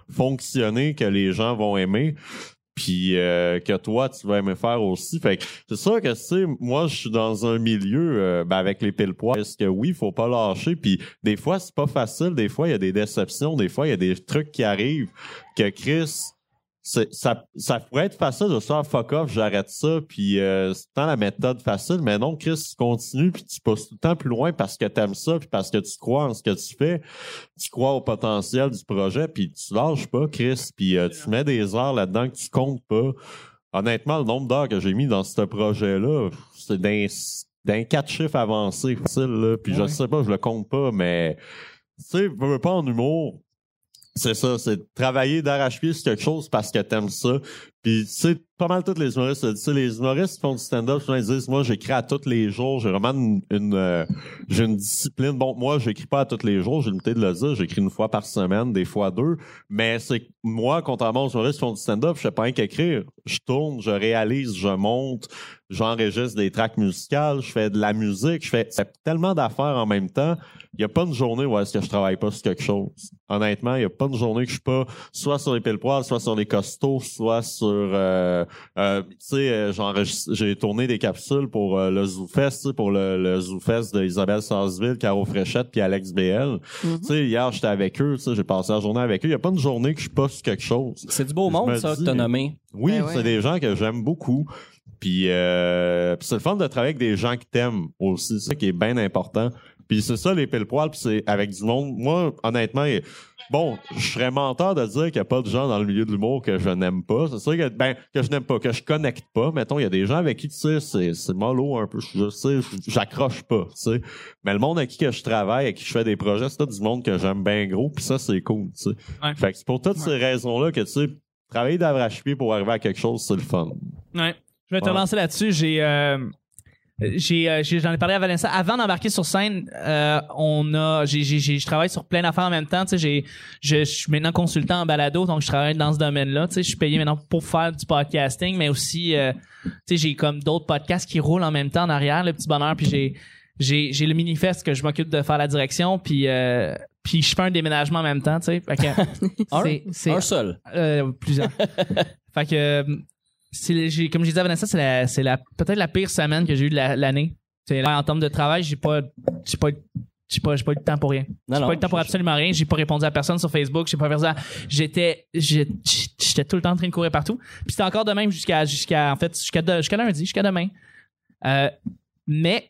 fonctionner, que les gens vont aimer. Puis euh, que toi, tu vas aimer faire aussi. Fait que c'est sûr que, tu sais, moi, je suis dans un milieu euh, ben, avec les pile-poils. Est-ce que oui, faut pas lâcher. Puis des fois, c'est pas facile. Des fois, il y a des déceptions. Des fois, il y a des trucs qui arrivent que Chris... C'est, ça, ça pourrait être facile de se faire fuck off, j'arrête ça, puis euh, c'est tant la méthode facile, mais non, Chris, tu continues, puis tu passes tout le temps plus loin parce que t'aimes ça, puis parce que tu crois en ce que tu fais, tu crois au potentiel du projet, puis tu lâches pas, Chris, puis euh, tu mets des heures là-dedans que tu comptes pas. Honnêtement, le nombre d'heures que j'ai mis dans ce projet-là, c'est d'un, d'un quatre chiffres avancés, facile, là, puis ouais. Je sais pas, je le compte pas, mais tu sais, je veux pas en humour. C'est ça, c'est travailler d'arrache-pied sur quelque chose parce que t'aimes ça. Puis, tu sais, pas mal tous les humoristes, tu sais, les humoristes qui font du stand-up, souvent, ils disent, moi, j'écris à tous les jours, j'ai vraiment une, une euh, j'ai une discipline. Bon, moi, j'écris pas à tous les jours, j'ai limité de le dire, j'écris une fois par semaine, des fois deux. Mais c'est que moi, contrairement aux humoristes qui font du stand-up, je sais pas rien qu'écrire. Je tourne, je réalise, je monte, j'enregistre des tracks musicales, je fais de la musique, je fais c'est tellement d'affaires en même temps. Il y a pas une journée où est-ce que je travaille pas sur quelque chose. Honnêtement, il y a pas une journée que je suis pas soit sur les pile-poils, soit sur les costauds, soit sur euh, euh, tu sais, euh, j'ai tourné des capsules pour euh, le ZooFest, pour le, le ZooFest de Isabelle Sarsville, Caro Fréchette puis Alex B L. Mm-hmm. Tu sais, hier j'étais avec eux, tu sais, j'ai passé la journée avec eux. Il y a pas une journée que je suis pas sur quelque chose. C'est du beau monde ça dis, que t'as nommé. Oui, ben c'est ouais. des gens que j'aime beaucoup. Puis, euh, puis c'est le fun de travailler avec des gens qui t'aiment aussi, c'est ça qui est bien important. Puis c'est ça les pile-poils, puis c'est avec du monde. Moi, honnêtement, bon, je serais menteur de dire qu'il n'y a pas de gens dans le milieu de l'humour que je n'aime pas. C'est sûr que ben que je n'aime pas, que je connecte pas. Mettons, il y a des gens avec qui tu sais, c'est c'est mollo un peu. Je sais, j'accroche pas, tu sais. Mais le monde avec qui que je travaille, avec qui je fais des projets, c'est tout du monde que j'aime bien gros. Puis ça, c'est cool, tu sais. Ouais. Fait que c'est pour toutes ouais. ces raisons-là que tu sais, travailler d'arrache-pied pour arriver à quelque chose, c'est le fun. Ouais. Je vais te ouais. lancer là-dessus. J'ai euh... J'ai, euh, j'ai, j'en ai parlé à Vanessa. Avant d'embarquer sur scène, euh, on a, j'ai, j'ai, j'ai, je travaille sur plein d'affaires en même temps. Tu sais, j'ai, je, je suis maintenant consultant en balado, donc je travaille dans ce domaine-là. Tu sais, je suis payé maintenant pour faire du podcasting, mais aussi, euh, tu sais, j'ai comme d'autres podcasts qui roulent en même temps en arrière, le petit bonheur. Puis j'ai, j'ai, j'ai le Minifest que je m'occupe de faire la direction, puis, euh, puis je fais un déménagement en même temps. Tu sais, fait que un, c'est, c'est un seul, euh, plusieurs. Fait que C'est, j'ai, comme j'ai dit à Vanessa, c'est, la, c'est la, peut-être la pire semaine que j'ai eue de la, l'année. C'est, en termes de travail, j'ai pas, j'ai pas, j'ai pas, j'ai pas eu de temps pour rien. Non, j'ai non, pas eu de temps pour absolument rien. J'ai pas répondu à personne sur Facebook. J'ai pas fait ça. J'étais, j'étais, j'étais tout le temps en train de courir partout. Puis c'était encore de même jusqu'à, jusqu'à, en fait, jusqu'à, de, jusqu'à lundi, jusqu'à demain. Euh, mais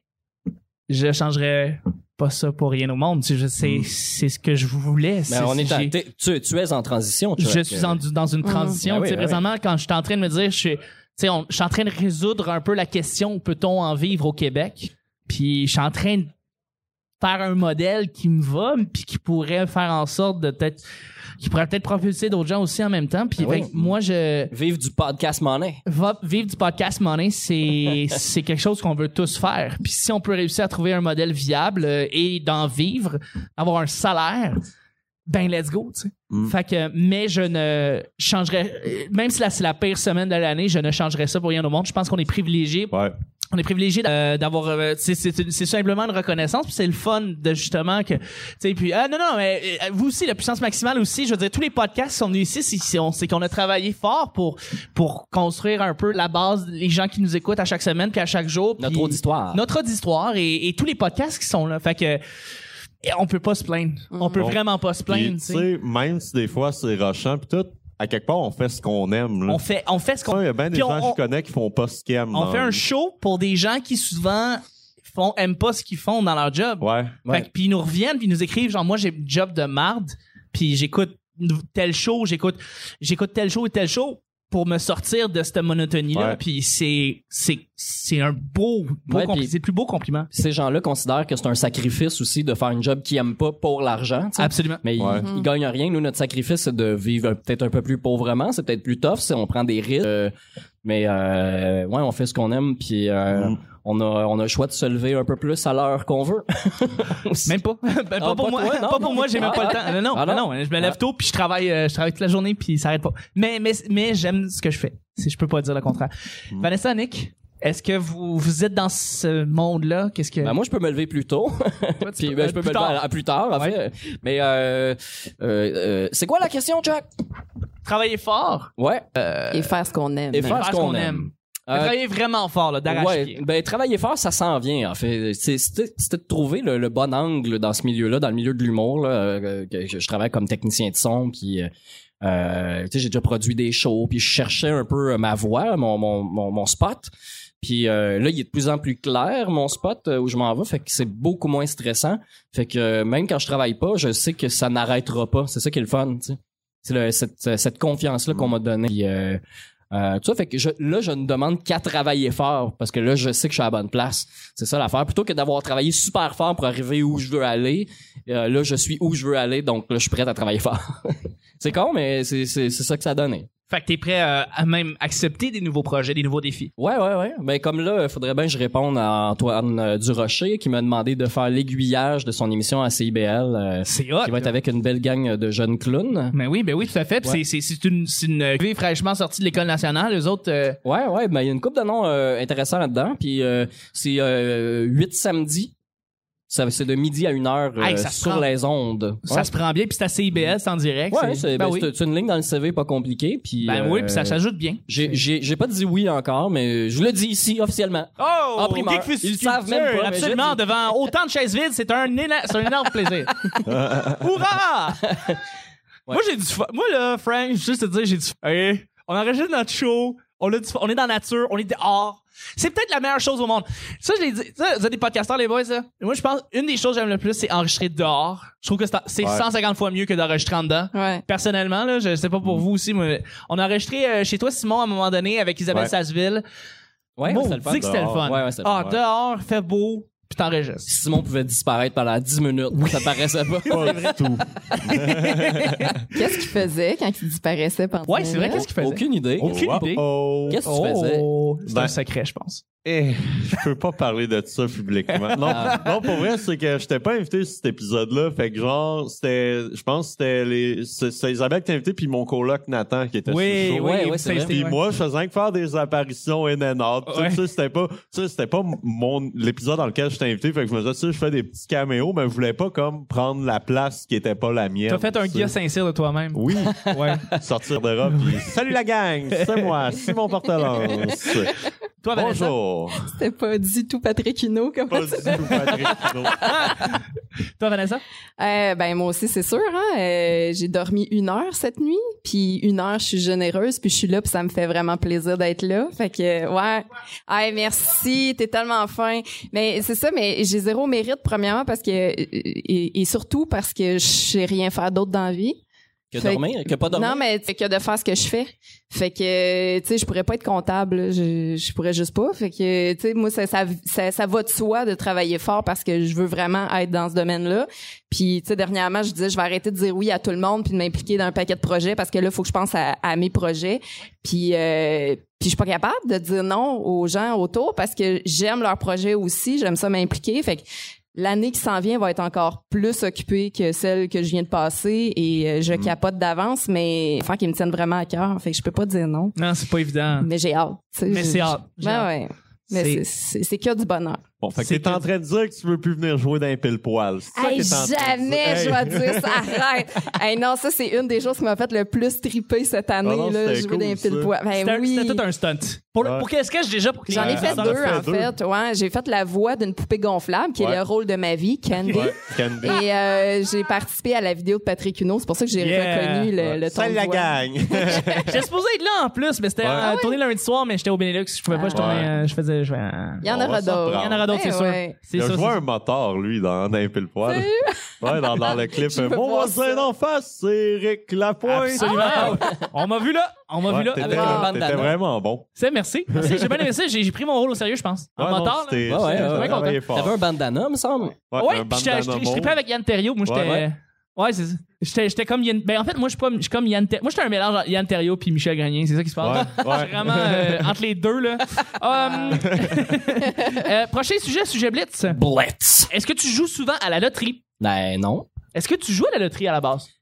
je changerais pas ça pour rien au monde. Je sais, c'est ce que je voulais. Mais on est en, tu, tu es en transition. Tu je suis en, dans une transition. Mmh. Ben oui, ben présentement, oui. quand je suis en train de me dire, je suis, je suis en train de résoudre un peu la question peut-on en vivre au Québec? Puis je suis en train de faire un modèle qui me va, puis qui pourrait faire en sorte de peut-être, qui pourrait peut-être propulser d'autres gens aussi en même temps. Puis ben oui. moi, je vivre du podcast money. Va, vivre du podcast money, c'est c'est quelque chose qu'on veut tous faire. Puis si on peut réussir à trouver un modèle viable euh, et d'en vivre, avoir un salaire, ben let's go, tu sais. Mm. Fait que, mais je ne changerais, même si là, c'est la pire semaine de l'année, je ne changerais ça pour rien au monde. Je pense qu'on est privilégié. Ouais. On est privilégié euh, d'avoir euh, c'est, c'est, c'est simplement une reconnaissance, puis c'est le fun de justement que tu sais puis ah non non mais euh, vous aussi la puissance maximale aussi, je veux dire tous les podcasts qui sont venus ici c'est, c'est, on, c'est qu'on a travaillé fort pour pour construire un peu la base, les gens qui nous écoutent à chaque semaine puis à chaque jour, notre auditoire notre auditoire et, et tous les podcasts qui sont là, fait que on peut pas se plaindre, mm-hmm. on peut bon. vraiment pas se plaindre, tu sais, même si des fois c'est rushant puis tout. À quelque part, on fait ce qu'on aime. Là. On fait, on fait ce qu'on. Il y a bien des on, gens que je connais qui font pas ce qu'ils aiment. On fait un show pour des gens qui souvent font aiment pas ce qu'ils font dans leur job. Ouais. Fait ouais. que, puis ils nous reviennent puis ils nous écrivent genre moi j'ai un job de marde puis j'écoute tel show, j'écoute j'écoute tel show et tel show pour me sortir de cette monotonie là. Ouais. Puis c'est c'est c'est un beau, beau ouais, compli- c'est le plus beau compliment. Ces gens-là considèrent que c'est un sacrifice aussi de faire une job qu'ils aiment pas pour l'argent. T'sais. Absolument. Mais ouais. ils, ils gagnent rien. Nous, notre sacrifice, c'est de vivre peut-être un peu plus pauvrement. C'est peut-être plus tough. C'est, on prend des risques. Euh, mais euh, ouais, on fait ce qu'on aime. Puis euh, mm. on a on a le choix de se lever un peu plus à l'heure qu'on veut. Même pas. Ben, pas, ah, pour pas moi. Toi, non, pas pour non, moi. J'ai même ah, pas le temps. Non, non, ah, non. non. Je me lève ah. tôt puis je travaille. Euh, je travaille toute la journée puis ça arrête pas. Mais mais mais j'aime ce que je fais. Si je peux pas dire le contraire. Mm. Vanessa, Nick. Est-ce que vous, vous êtes dans ce monde-là? Qu'est-ce que... Ben, moi, je peux me lever plus tôt. Toi, tu Puis, peux- ben, je peux plus me tard. lever à, à plus tard, en Ouais. fait. Mais, euh, euh, euh, c'est quoi la question, Chuck? Travailler fort. Ouais. Et faire ce qu'on aime. Et faire ce qu'on aime. aime. Euh, Travailler vraiment fort, là, d'arrache-pied. Ouais, ben travailler fort, ça s'en vient en fait. C'est- C'était c'était de trouver le, le bon angle dans ce milieu-là, dans le milieu de l'humour. Là, euh, que je, je travaille comme technicien de son, puis euh, euh, tu sais, j'ai déjà produit des shows, puis je cherchais un peu euh, ma voix, mon mon mon, mon spot. Puis euh, là, il est de plus en plus clair mon spot euh, où je m'en vais, fait que c'est beaucoup moins stressant. Fait que euh, même quand je travaille pas, je sais que ça n'arrêtera pas. C'est ça qui est le fun, tu sais. C'est le- cette cette confiance-là qu'on m'a donnée. Puis, euh, Euh, tout ça fait que je, là je ne demande qu'à travailler fort parce que là je sais que je suis à la bonne place. C'est ça l'affaire. Plutôt que d'avoir travaillé super fort pour arriver où je veux aller, euh, là je suis où je veux aller, donc là je suis prêt à travailler fort. C'est con, mais c'est c'est c'est ça que ça a donné. Fait que t'es prêt euh, à même accepter des nouveaux projets, des nouveaux défis. Ouais ouais ouais. Ben comme là, il faudrait bien que je réponde à Antoine euh, Durocher qui m'a demandé de faire l'aiguillage de son émission à C I B L. Euh, C'est hot. qui va être avec une belle gang de jeunes clowns. Ben oui, ben oui, tout à fait. Puis Ouais. c'est, c'est, c'est une, c'est une fille fraîchement sortie de l'école nationale. Les autres, euh, Ouais, ouais, ben il y a une couple de noms euh, intéressants là-dedans. Puis euh, c'est euh, huit samedis. Ça, c'est de midi à une heure euh, Hey, ça se sur prend. les ondes. ça se prend bien. Puis c'est à C I B S, c'est en direct. Ouais, c'est, ben ben, oui. c'est, c'est une ligne dans le C V pas compliqué. Puis Ben euh, oui, puis ça s'ajoute bien. J'ai, j'ai, j'ai pas dit oui encore, mais je vous le dis ici officiellement. Oh! En primeur. Geek Ils le savent même pas, mais Absolument, j'ai dit. devant autant de chaises vides, c'est un, éna- c'est un énorme plaisir. Hurrah! Moi, j'ai du fun. Moi, là, Frank, juste te dire, j'ai du fun. OK? On enregistre notre show. On, a du fun. On est dans la nature. On est dehors. C'est peut-être la meilleure chose au monde. Ça, je l'ai dit. Ça, vous êtes des podcasteurs, les boys, là. Moi, je pense, une des choses que j'aime le plus, c'est enregistrer dehors. Je trouve que c'est, c'est Ouais. cent cinquante fois mieux que d'enregistrer en dedans. Ouais. Personnellement, là, je sais pas pour vous aussi, mais on a enregistré euh, chez toi, Simon, à un moment donné, avec Isabelle Ouais. Sasseville. Ouais, Bon, c'était le fun. dis que c'était le fun. Ouais, ouais, c'était le Ah, fun. dehors, fait beau, puis t'enregistres. Si Simon pouvait disparaître pendant dix minutes, ça paraissait pas. Pas du tout. Qu'est-ce qu'il faisait quand il disparaissait pendant Ouais, c'est vrai, qu'est-ce qu'il faisait? Aucune idée. Aucune Oh, idée. oh. Qu'est-ce que tu faisais? Oh, c'est Ben- un secret, je pense. Eh, je peux pas parler de ça publiquement. Non, Ah. non, pour vrai, c'est que j'étais pas invité sur cet épisode-là. Fait que genre, c'était, je pense que c'était les, c'est, c'est Isabelle qui t'a invité puis mon coloc Nathan qui était Oui, sur le show. Ouais, oui, ouais, c'est vrai. Puis ouais. moi, je faisais que faire des apparitions in and out. Tu sais, Ouais. tu sais, c'était pas, tu sais, c'était pas mon, l'épisode dans lequel j'étais invité. Fait que je me disais, tu sais, je fais des petits caméos, mais je voulais pas comme prendre la place qui était pas la mienne. T'as fait un tu sais. Guy Saint-Cyr de toi-même. Oui. Ouais. Sortir de robe puis salut la gang, c'est moi, Simon Portelance. Toi, Vanessa? Bonjour. C'était pas du tout Patrick Huneau comme Pas du ça. tout Patrick Huneau. Toi, Vanessa? Euh, ben moi aussi c'est sûr hein. Euh, j'ai dormi une heure cette nuit, puis une heure je suis généreuse, puis je suis là, puis ça me fait vraiment plaisir d'être là. Fait que ouais. Hey, merci, t'es tellement fin. Mais c'est ça, mais j'ai zéro mérite premièrement parce que et, et surtout parce que je sais rien faire d'autre dans la vie. Que Fait dormir? Que pas dormir? Non, mais que de faire ce que je fais. Fait que, tu sais, je pourrais pas être comptable. là. Je, je pourrais juste pas. Fait que, tu sais, moi, ça, ça, ça, ça va de soi de travailler fort parce que je veux vraiment être dans ce domaine-là. Puis, tu sais, dernièrement, je disais, je vais arrêter de dire oui à tout le monde puis de m'impliquer dans un paquet de projets parce que là, il faut que je pense à, à mes projets. Puis, euh, puis je suis pas capable de dire non aux gens autour parce que j'aime leurs projets aussi. J'aime ça m'impliquer. Fait que, l'année qui s'en vient va être encore plus occupée que celle que je viens de passer et euh, je capote d'avance, mais enfin qu'ils me tiennent vraiment à cœur. Fait que je peux pas dire non. Non, c'est pas évident. Mais j'ai hâte. tu sais, Mais j'ai- c'est hâte. J'ai Ben hâte. ouais. Mais C'est- c'est, c'est, c'est que du bonheur. Bon, fait que C'est t'es en que- train de dire que tu veux plus venir jouer dans les pile-poil. C'est ça Hey, que t'es en train de jamais dire. je Hey. vais dire ça. Arrête. Hey, non, ça, c'est une des choses qui m'a fait le plus triper cette année, Ah non, là, c'était jouer cool, dans les ça. pile-poil. Ben C'était, un- oui. c'était tout un stunt. Pour, le- Ouais. pour quel sketch déjà? Pour que J'en ai les- fait t'en as deux, fait en deux. fait. Ouais, j'ai fait la voix d'une poupée gonflable, qui Ouais. est le rôle de ma vie, Candy. Ouais, Candy. Et euh, j'ai participé à la vidéo de Patrick Huneau. C'est pour ça que j'ai Yeah. reconnu le, Ouais. le ton Salut de la voix. gang. J'étais supposé être là en plus, mais c'était Ouais. euh, tourné lundi soir, mais j'étais au Benelux. Je pouvais pas, Ah. je tournais, Ouais. euh, je faisais, je fais, euh, Il y en On va aura s'en d'autres. il y en aura d'autres, Eh c'est ouais. sûr. C'est Il a ça, joué c'est un moteur, lui, dans, dans les pile-poil. Ouais, dans, dans le clip. Je veux Mon voir voisin ça. d'en face, c'est Eric Lapointe. Absolument. On m'a vu là. On m'a Ouais, vu là. t'étais, Avec un un- bandana. t'étais vraiment bon. C'est merci. Merci. J'ai bien aimé ça. J'ai, j'ai pris mon rôle au sérieux, je pense. En Ouais, non, moteur, là. c'était- Ouais, ouais, c'était ouais, vraiment ouais. fort. T'avais un bandana, me semble. Ouais, Ouais, un puis j'étais- bandana je je mauve. trippais avec Yann Terriot. Moi, j'étais. Ouais, Ouais, c'est ça. J'étais, j'étais comme Yann. Ben, en fait, moi, je suis pas, je suis comme Yann Ter- Moi, j'étais un mélange entre Yann Terriot puis Michel Grenier. C'est ça qui se passe. Ouais, Je ouais. suis vraiment euh, entre les deux, là. Um, euh, prochain sujet, sujet Blitz. Blitz. Est-ce que tu joues souvent à la loterie? Ben non. Est-ce que tu joues à la loterie à la base?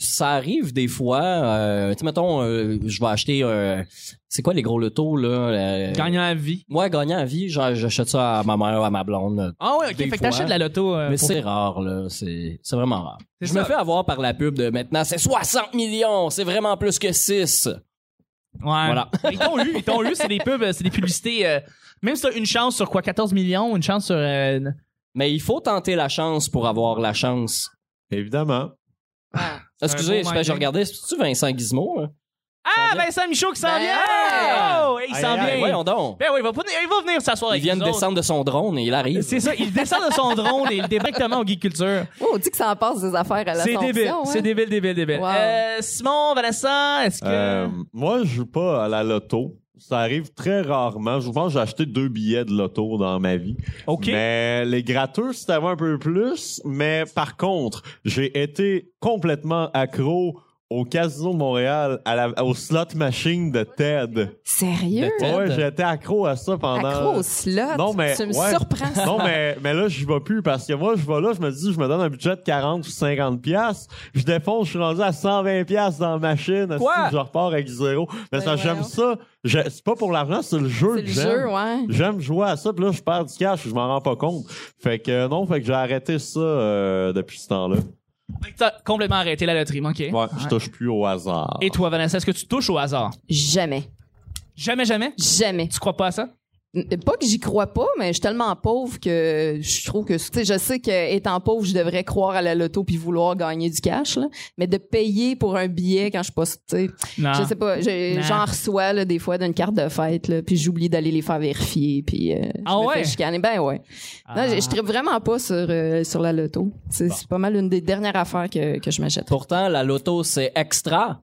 ça arrive des fois. Euh, tu sais, mettons, euh, je vais acheter... Euh, c'est quoi les gros lotos, là? Euh, Gagnant à vie. Ouais, gagnant à vie. Genre, j'achète ça à ma mère ou à ma blonde. Ah ouais, ok. Des Fait que fois. t'achètes la loto. euh, Mais pour- c'est rare, là. C'est, c'est vraiment rare. C'est Je ça. me fais avoir par la pub de maintenant, c'est soixante millions. C'est vraiment plus que six. Ouais. Voilà. Ils t'ont eu, ils t'ont eu. C'est des pubs, euh, c'est des publicités. euh, même si t'as une chance sur quoi, quatorze millions, une chance sur. euh, Mais il faut tenter la chance pour avoir la chance. Évidemment. Excusez, beau c'est parce que minding. je regardais, c'est-tu Vincent Gizmo, là? Ah, Vincent Michaud qui s'en Ben, vient! hey! Oh, il s'en Aïe, aïe, vient! Voyons donc. Ben oui, il va, pas- il va venir s'asseoir Il avec vient de nous autres. descendre de son drone et il arrive. C'est ça, il descend de son drone et il directement au Geek Culture. Oh, on dit que ça en passe des affaires à C'est l'Assomption. débile, hein? c'est débile, débile, débile. Wow. Euh, Simon, Vanessa, est-ce que... Euh, moi, je joue pas à la loto. Ça arrive très rarement. Je pense que j'ai acheté deux billets de loto dans ma vie. OK. Mais les gratteux, c'était un peu plus. Mais par contre, j'ai été complètement accro au Casino de Montréal, à la, au slot machine de Ted. Sérieux? De Ted? Ouais, j'étais accro à ça pendant... Accro au slot? Non, mais- Tu me ouais. surprends. ça. Non, mais, mais là, j'y vais plus parce que moi, je vais là, je me dis, je me donne un budget de quarante ou cinquante piastres. Je défonce, je suis rendu à cent vingt piastres dans la machine. Quoi? Asti, je repars avec zéro. Mais Ben ça, j'aime voyons. ça. Je- C'est pas pour l'argent, c'est le jeu C'est que le j'aime. jeu, ouais. J'aime jouer à ça, puis là, je perds du cash, je m'en rends pas compte. Fait que euh, non, fait que j'ai arrêté ça euh, depuis ce temps-là. Fait que T'as complètement arrêté la loterie, OK. Ouais, je touche plus au hasard. Et toi, Vanessa, est-ce que tu touches au hasard? Jamais. Jamais, jamais? Jamais. Tu crois pas à ça? Pas que j'y crois pas, mais je suis tellement pauvre que je trouve que, tu sais, je sais qu'étant pauvre, je devrais croire à la loto puis vouloir gagner du cash, là. Mais de payer pour un billet quand je suis pas, tu sais, Non. je sais pas, je- Non. j'en reçois, là, des fois d'une carte de fête, là, puis j'oublie d'aller les faire vérifier, puis euh, je Ah me ouais? fais chicaner. Ben ouais. Ah. Non, je, je tripe vraiment pas sur, euh, sur la loto. C'est c'est pas mal une des dernières affaires que, que je m'achète. Pourtant, la loto, c'est extra.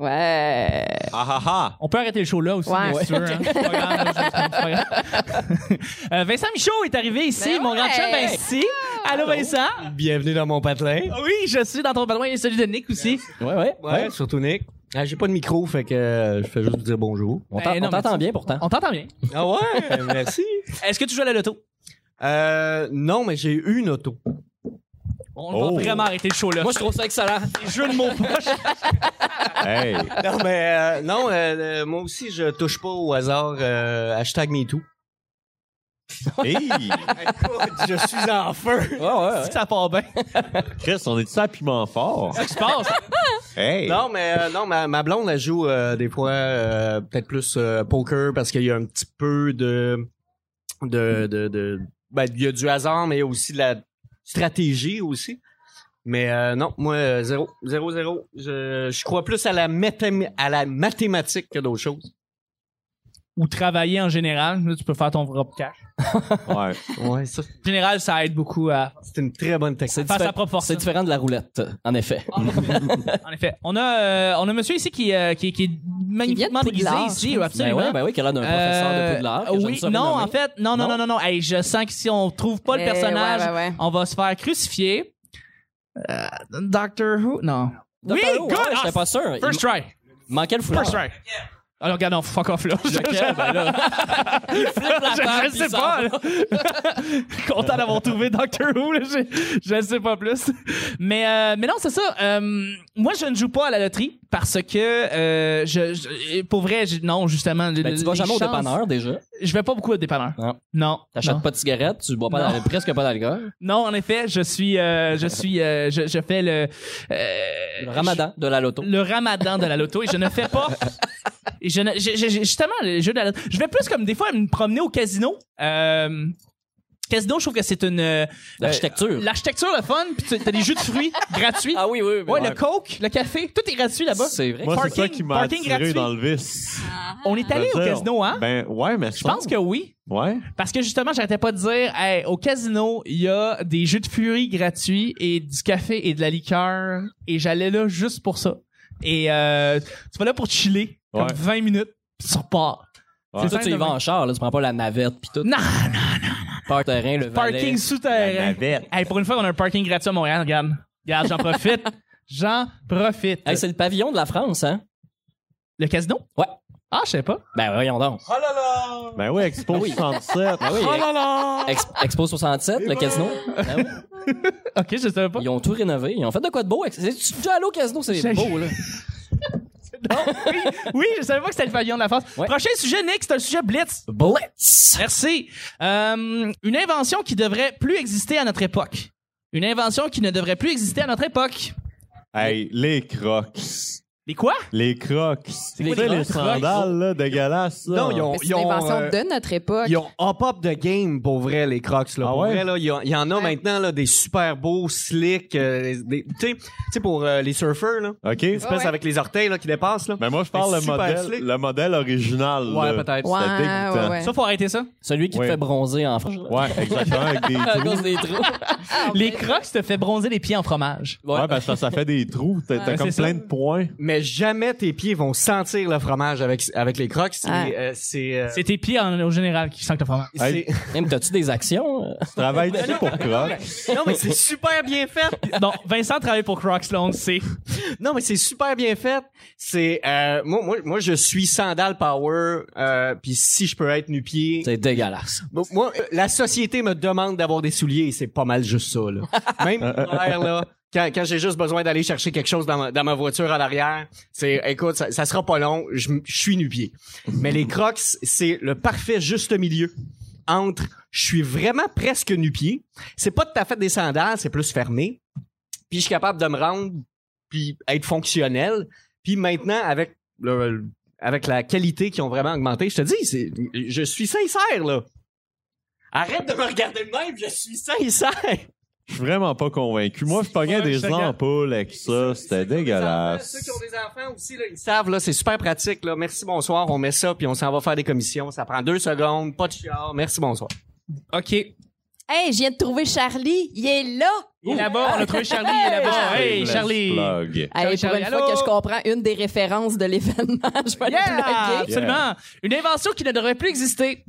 Ouais. Ah ah ah! On peut arrêter le show là aussi, Ouais. si tu veux. Hein. C'est pas grave, là, c'est pas grave. Euh, Vincent Michaud est arrivé ici, Ben mon ouais. grand chum Vinci. Allô, Vincent? Bienvenue dans mon patelin. Oui, je suis dans ton patron et celui de Nick aussi. Ouais, ouais. Ouais, surtout Nick. Ah, j'ai pas de micro, fait que euh, je fais juste vous dire bonjour. On Ben t'en- non, on t'entend mais tu- bien pourtant. On t'entend bien. Ah ouais, merci. Est-ce que tu joues à la loto? Euh, non, mais j'ai eu une auto. On Oh. va vraiment arrêter le show là. Moi, je trouve ça excellent. Les jeux de mots poches. Hey! Non, mais euh, non, euh, euh, moi aussi, je touche pas au hasard. Euh, hashtag MeToo. Hey! Écoute, je suis en feu. Ouais, ouais, ouais. que ça part bien. Chris, on est-tu à piment fort? Qu'est-ce qui se passe? Hey! Non, mais euh, non, ma, ma blonde, elle joue euh, des fois euh, peut-être plus euh, poker parce qu'il y a un petit peu de... de, de, de ben, il y a du hasard, mais il y a aussi de la stratégie aussi. Mais euh, non, moi, euh, zéro, zéro, zéro. Je, je crois plus à la, métam- à la mathématique que d'autres choses. Ou travailler en général. Là, tu peux faire ton propre cash. Ouais. Ouais, ça, En général, ça aide beaucoup à c'est une très bonne technique. C'est faire sa diffé- propre force. c'est différent de la roulette, en effet. En effet. On a, euh, on a monsieur ici qui, euh, qui, qui est magnifiquement Qui vient de déguisé Poudlard, ici. je pense. Absolument. Ben oui, ben oui, qu'elle a d'un professeur Euh, de Poudlard. que j'aime oui, ça non, renommer. en fait, non, non, non, Non? non, non. Hey, je sens que si on trouve pas le Eh, personnage, ouais, ouais, ouais. on va se faire crucifier. Euh, Doctor Who? Non. Doctor oui, Who, good! ouais, j'étais pas sûr. First Il try. manquait le foulard. First try. Alors, regarde, non, fuck off, là. Lequel, ben là? Il flippe la table, je, je puis sais il s'en pas, va. là. Content d'avoir trouvé Doctor Who, là. Je, je ne sais pas plus. Mais, euh, mais non, c'est ça. Euh, moi, je ne joue pas à la loterie parce que, euh, je, je- pour vrai, je- non, justement. Ben, tu vas jamais au dépanneur, déjà. Je vais pas beaucoup au dépanneur. Non. Non. T'achètes non. pas de cigarettes, tu bois pas Non. d'al- presque pas d'alcool. Non, en effet, je suis, euh, je suis, euh, je, je fais le, euh, Le ramadan de la loto. le ramadan de la loto et je ne fais pas. Et je ne, je- je- je- justement, le jeu de la loto. Je vais plus comme des fois me promener au casino. Euh, casino, je trouve que c'est une. euh, L'architecture. euh, L'architecture, le fun. Puis tu- t'as des jus de fruits gratuits. Ah oui, oui. oui, ouais, ouais. le Coke, le café, tout est gratuit là-bas. C'est vrai. Moi, c'est Parking- ça qui m'a parking attiré gratuit. dans le vice. On est allé Je au veux dire, casino, hein? Ben, ouais, mais Je pense que oui. Ouais. Parce que justement, j'arrêtais pas de dire, hey, au casino, il y a des jus de fruits gratuits et du café et de la liqueur. Et j'allais là juste pour ça. Et euh, tu vas là pour chiller, comme Ouais. vingt minutes, puis tu repars. Ouais. C'est ça, tu y simple vas de en char, là, tu prends pas la navette pis tout. Non, non, Par terrain, le valet. parking La souterrain. navette. Hey, pour une fois qu'on a un parking gratuit à Montréal, regarde. Regarde, j'en profite. J'en profite. Hey, c'est le pavillon de la France, hein? Le casino? Ouais. Ah, je sais pas. Ben voyons donc. Ben oui, Expo Ah oui. soixante-sept. Ben oui, Oh là là! Ex- Expo soixante-sept, le casino. Ben oui. Ok, je savais pas. Ils ont tout rénové. Ils ont fait de quoi de beau. avec- C'est tu déjà allé au casino, c'est J'ai- beau, là. oui, oui, je savais pas que c'était le pavillon de la France. Ouais. Prochain sujet, Nick, c'est un sujet blitz. Blitz! Merci. Euh, une invention qui devrait plus exister à notre époque. Une invention qui ne devrait plus exister à notre époque. Hey, les crocs. Les quoi? Les crocs. C'est quoi quoi les les crocs? sandales, là, dégueulasses, ça? Non, ils ont, Mais c'est ils une ont, invention euh, de notre époque. Ils ont up-up de game, pour vrai, les Crocs. Là. Ah pour ouais? vrai, là, il y, a- il y en a Ouais. maintenant là, des super beaux, slick. euh, des- Tu sais- tu sais, pour euh, les surfers, là, OK. espèce ouais. avec les orteils là, qui dépassent. Là. Mais moi, je parle Mais le super modèle, slick. le modèle original. Ouais, là. peut-être. Ouais, C'était dégoûtant. ouais, ouais. Ça, faut arrêter ça. Celui qui Ouais. te fait bronzer en France. Ouais, exactement, avec des À trous. cause des trous. Les crocs te fait bronzer les pieds en fromage. Ouais, parce que ça fait des trous. T'as t'as Ouais, comme c'est plein ça. de points. Mais jamais tes pieds vont sentir le fromage avec, avec les Crocs. C'est... Ouais. euh, c'est, euh, C'est tes pieds en, au général qui sentent le fromage. c'est- Même, t'as-tu des actions? euh? Tu travailles dessus pour crocs. non, mais c'est super bien fait. Non, Vincent travaille pour Crocs, là, on le sait. Non, mais c'est super bien fait. C'est euh, moi, moi, moi, je suis sandal power. Euh, Puis si je peux être nu-pied, C'est dégueulasse. Bon, moi, euh, la société me demande d'avoir des souliers et c'est pas mal juste ça, là. Même l'hiver, là, quand, quand j'ai juste besoin d'aller chercher quelque chose dans ma, dans ma voiture à l'arrière, c'est, écoute, ça, ça sera pas long, je, je suis nu-pied. Mais les Crocs, c'est le parfait juste milieu entre je suis vraiment presque nu-pied. C'est pas tout à fait des sandales, c'est plus fermé. Puis je suis capable de me rendre puis être fonctionnel. Puis maintenant, avec le, avec la qualité qui ont vraiment augmenté, je te dis, c'est, je suis sincère, là. Arrête de me regarder de même, je suis sincère. Je suis vraiment pas convaincu. Moi, je pognais Ouais, des je te regarde. ampoules avec ça. C'était dégueulasse. Ceux qui ont des enfants aussi, là, ils savent, là, c'est super pratique, là. Merci, bonsoir, on met ça, puis on s'en va faire des commissions. Ça prend deux secondes, pas de chiard. Merci, bonsoir. OK. Hey, je viens de trouver Charlie. Il est là. Il est là-bas, on a trouvé Charlie, il est là-bas. Hey, Let's Charlie. plug. Hey, Charlie, pour Charlie, une fois allô? que je comprends une des références de l'événement, je vais le Yeah, plugger. absolument. Une invention qui ne devrait plus exister.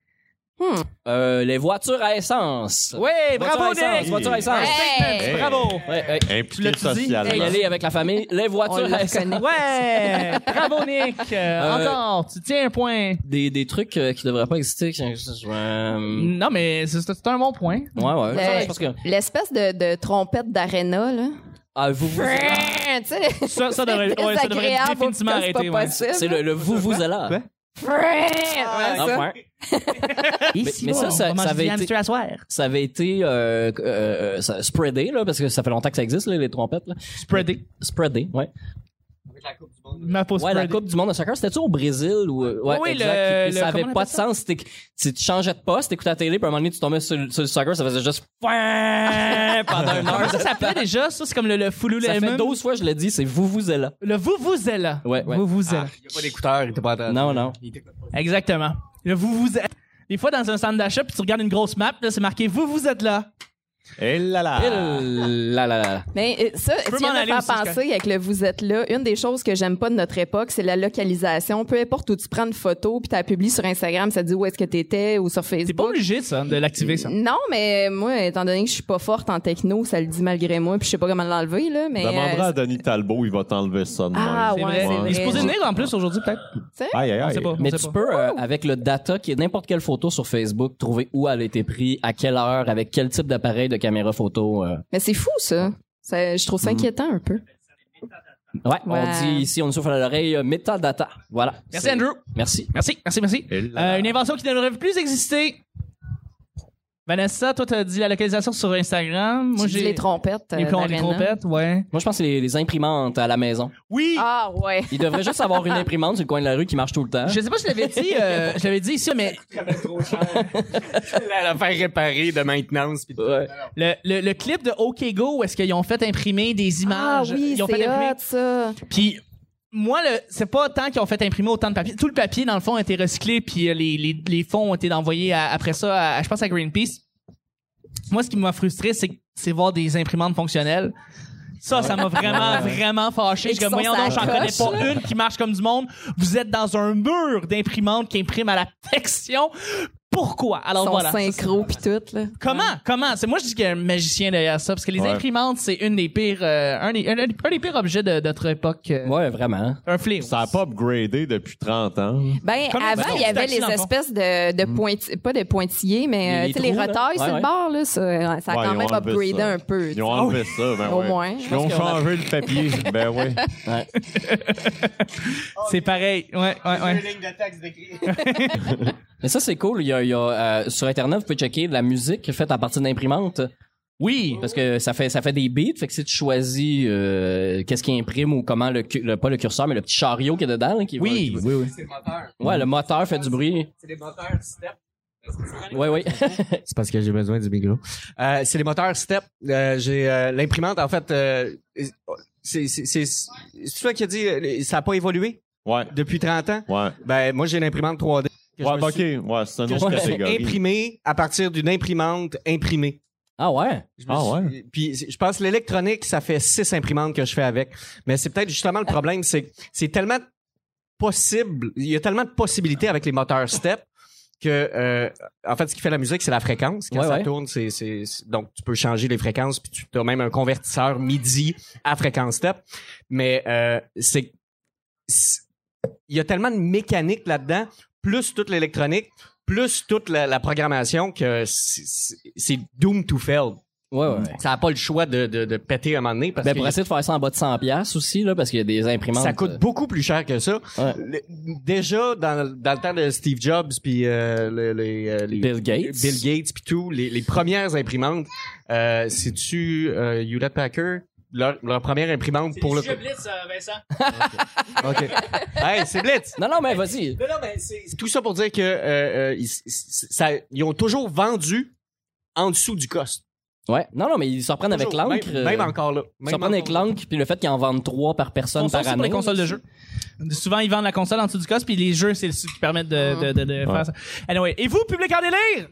Hmm. Euh, les voitures à essence. Oui, bravo, Voitures à essence, Nick. voitures à essence. Hey! Statement, bravo. Ouais, ouais. Impliqué l'as-tu dit? socialement. Y aller avec la famille. Les On voitures le à essence. reconnaît. Ouais, bravo, Nick. Euh, Euh, encore, tu tiens un point. Des, des trucs euh, qui devraient pas exister. que je- je- euh, Non, mais c'est c'est un bon point. Ouais, ouais. Le- ça, je pense que. L'espèce de, de trompette d'aréna, là. Ah, vous, vous. Tu sais, Ça, ça devrait, c'est ouais, ça devrait désagréable, définitivement parce que arrêter. C'est pas Ouais. possible. C'est le, le vous, vous est là. Quoi? Ouais, Ah, ça. ouais. Ici, mais ça, bon, ça- on va ça manger avait du été- hamster à soir. Ça avait été euh, euh, euh, ça- spreadé, là, parce que ça fait longtemps que ça existe, là, les trompettes. Là. Spreadé. Spreadé, ouais. Ma peau Ouais, la spreadée. Coupe du monde de soccer, c'était-tu au Brésil? Ou, euh, ouais, Oui, exact. le- Puis le- ça avait comment on pas de appelle ça? sens. C'était que tu tu changeais de poste, t'écoutais la télé, puis à un moment donné, tu tombais sur, sur le soccer, ça faisait juste pendant une heure. Comment ça s'appelait déjà? Ça, c'est comme le, le Foulou Ça fait Lemon. douze fois que je l'ai dit, c'est vous, vous est là. Le vous vous êtes là. Ouais, ouais. Vous vous êtes là. Il y a pas d'écouteur, il était pas entendu. Non, non. Il t'écoute pas. Exactement. Le vous vous êtes. Des fois, dans un centre d'achat, puis tu regardes une grosse map, là, c'est marqué vous vous êtes là. Et là là. Il- Là, là, là. Mais euh, ça, tu peux viens m'en de me aller faire aussi, je penser avec le vous êtes là. Une des choses que j'aime pas de notre époque, c'est la localisation. Peu importe où tu prends une photo puis tu la publies sur Instagram, ça te dit où est-ce que tu étais ou sur C'est pas Facebook. obligé, ça, de l'activer, ça. Non, mais moi, étant donné que je suis pas forte en techno, ça le dit malgré moi, puis je sais pas comment l'enlever là, mais Demandera euh, à Denis Talbot, il va t'enlever ça de Ah, même. C'est ouais, vrai. c'est vrai. Il se posait venir en plus aujourd'hui, peut-être. Aïe, aïe, On aïe. sait pas. on Mais sait tu pas. peux, euh, avec le data qui est n'importe quelle photo sur Facebook, trouver où elle a été prise, à quelle heure, avec quel type d'appareil de caméra photo. euh. mais c'est fou ça. Ça- je trouve ça inquiétant un peu. Ouais, on Ouais. dit ici, on nous souffle à l'oreille, euh, metadata. Voilà. Merci, C'est- Andrew. Merci. Merci, merci, merci. Et là là. Euh, une invention qui ne devrait plus exister. Vanessa, toi, t'as dit la localisation sur Instagram. Moi, Tu dis j'ai les trompettes. euh, les, plombs- les d'Arena. trompettes, ouais. Moi, je pense que c'est les, les imprimantes à la maison. Oui! Ah ouais. Il devrait juste avoir une imprimante sur le coin de la rue qui marche tout le temps. Je sais pas si je l'avais dit, euh, je l'avais dit ici, mais La, la faire réparer de maintenance. Pis Ouais. le, le, le clip de OK Go, où est-ce qu'ils ont fait imprimer des Ah images? oui, Ils ont fait c'est imprimer. hot ça. Puis moi, le, c'est pas tant qu'ils ont fait imprimer autant de papier. Tout le papier, dans le fond, a été recyclé, puis euh, les, les, les fonds ont été envoyés à- après ça, à, je pense, à Greenpeace. Moi, ce qui m'a frustré, c'est, c'est voir des imprimantes fonctionnelles. Ça, ça m'a vraiment, vraiment fâché. Et Je qui dis, sont voyons donc, sa j'en connais coche, pas une qui marche comme du monde. Vous êtes dans un mur d'imprimantes qui impriment à la perfection. Pourquoi? Alors Son voilà. synchro pis tout, là. Comment? Comment? C'est moi je dis qu'il y a un magicien derrière ça parce que les Ouais. imprimantes c'est une des pires euh, un, des, un, un des pires objets de, de notre époque. euh, Ouais, vraiment. Un fléau. Ça a pas upgradé depuis trente ans. Ben, Comme- avant, ben, il y avait taxi, les dans le fond. espèces de, de pointi- pas de pointillés, mais, Les- euh, les tu sais, les trous, là. retailles Ouais, sur ouais. le bord, là, ça, ça a Ouais, quand ils même ont enlevé upgradé ça. un peu. tu Ils ont sais. enlevé ça, ben Au ouais. moins. Ils ont qu'on a- changé le papier. Ben ouais. Ouais. C'est pareil. Ouais, ouais, ouais. Mais ça, c'est cool. Il y a, il y a, euh, sur Internet, vous pouvez checker de la musique faite à partir d'imprimantes. Oui. Parce que ça fait ça fait des beats, fait que si tu choisis euh, qu'est-ce qui imprime ou comment le, cu- le pas le curseur mais le petit chariot qui est dedans là, qui Oui, va- oui, oui. C'est le moteur. Ouais, le moteur fait du bruit. C'est les moteurs step. Ouais, ouais. C'est parce que j'ai besoin du micro. Euh, c'est les moteurs step. Euh, j'ai euh, l'imprimante en fait. Euh, c'est c'est c'est c'est toi qui a dit euh, ça a pas évolué Ouais. depuis trente ans. Ouais. Ben moi j'ai une imprimante trois D. que je Ouais, me ben, suis- ok. Ouais, c'est une que je autre me suis catégorie. imprimé à partir d'une imprimante imprimée. Ah ouais. Je me Ah suis- ouais? Puis je pense que l'électronique, ça fait six imprimantes que je fais avec. Mais c'est peut-être justement le problème, c'est que c'est tellement possible, il y a tellement de possibilités avec les moteurs step que euh, en fait ce qui fait la musique c'est la fréquence quand Ouais, ça ouais. tourne c'est c'est c'est- donc tu peux changer les fréquences puis tu as même un convertisseur MIDI à fréquence step mais euh, c'est c'est- il y a tellement de mécanique là-dedans plus toute l'électronique plus toute la, la programmation que c'est- c'est c'est doomed to fail. Ouais, ouais. Ça n'a pas le choix de, de, de péter un moment donné parce Ben que pour essayer de faire ça en bas de cent piastres aussi là parce qu'il y a des imprimantes. ça coûte beaucoup plus cher que ça. Ouais. Le- déjà dans, dans le temps de Steve Jobs puis euh, le- les, euh, les Bill Gates. Bill Gates puis tout, les, les premières imprimantes, euh, c'est-tu euh, Hewlett Packard leur, leur première imprimante pour le. Blitz, Vincent. Ok. Hey, c'est Blitz. Non non mais vas-y. Non, non, mais c'est c'est tout ça pour dire que euh, euh, ils, ça, ils ont toujours vendu en dessous du cost. Ouais. Non non mais ils se reprennent avec Toujours. l'encre. Même, même encore là. Ils se Même reprennent avec encore là. l'encre puis le fait qu'ils en vendent trois par personne On sort par aussi pour année. les consoles de jeux. Souvent, ils vendent la console en dessous du cost, puis les jeux, c'est ce qui permettent de, de, de, de faire Ouais. ça. Anyway. Et vous, public en délire?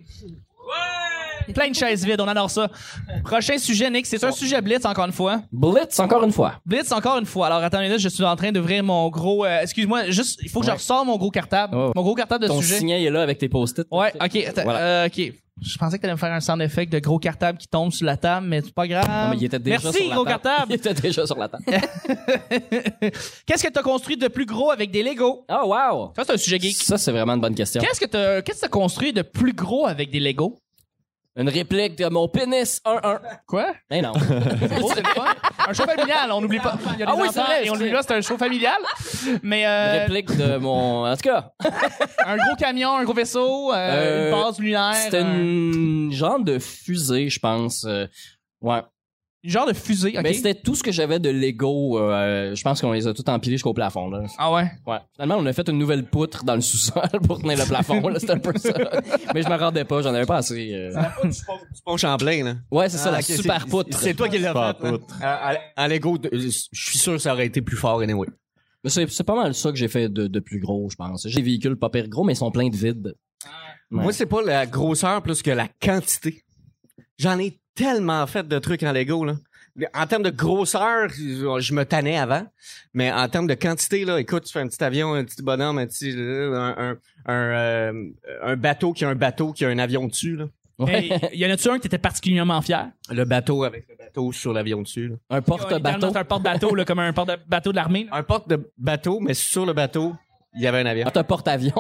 Ouais! Plein de chaises vides, on adore ça. Prochain sujet, Nick, c'est un sujet Blitz, encore une fois. Blitz encore une fois. Blitz, encore une fois. Alors, attendez là, je suis en train d'ouvrir mon gros... euh, excuse-moi, juste, il faut que je Ouais. ressors mon gros cartable. Oh. Mon gros cartable de Ton sujet. signet est là avec tes post-it. Ouais, ok, attends, Voilà. euh, ok. Je pensais que t'allais me faire un sound effect de gros cartable qui tombe sur la table, mais c'est pas grave. Non, mais il était déjà Merci, sur la gros table. cartable. Il était déjà sur la table. Qu'est-ce que t'as construit de plus gros avec des Legos? Oh wow. Ça, c'est un sujet geek. Ça c'est vraiment une bonne question. Qu'est-ce que t'as, qu'est-ce que t'as construit de plus gros avec des Legos? Une réplique de mon pénis un un. Quoi? Eh non. C'est beau, c'est le fun. Un show familial, on n'oublie pas. Il y a des Ah oui, enfants c'est vrai, et on c'est- oublie pas, c'est un show familial. Mais Une euh, réplique de mon. En tout cas, un gros camion, un gros vaisseau, euh, Euh, une base lunaire. c'était un- une genre de fusée, je pense. Euh, ouais. une genre de fusée, ok? Mais c'était tout ce que j'avais de Lego. Euh, je pense qu'on les a tous empilés jusqu'au plafond. Là. Ah ouais? Ouais. Finalement, on a fait une nouvelle poutre dans le sous-sol pour tenir le plafond. Là, c'était un peu ça. Mais je me rendais pas, j'en avais pas assez. euh. Du pont Champlain, là. Ouais, c'est ça, la Ah, ok, super c'est- poutre. C'est toi qui l'as Super fait. hein? poutre. En- En en Lego, de- je suis sûr que ça aurait été plus fort, anyway. Mais c'est, c'est pas mal ça que j'ai fait de, de plus gros, je pense. J'ai des véhicules pas pire gros, mais ils sont pleins de vide. Ouais. Moi, c'est pas la grosseur plus que la quantité. J'en ai tellement fait de trucs en Lego, là. En termes de grosseur, je me tannais avant. Mais en termes de quantité, là, écoute, tu fais un petit avion, un petit bonhomme, un petit, un, un, un, euh, un bateau qui a un bateau qui a un avion dessus, là. Ouais. Hey, y en a-tu un que t'étais particulièrement fier? Le bateau avec le bateau sur l'avion dessus, là. Un porte-bateau. Littéralement, c'est un porte-bateau, là, comme un porte-bateau de l'armée. là. Un porte de bateau, mais sur le bateau, il y avait un avion. Un porte-avion.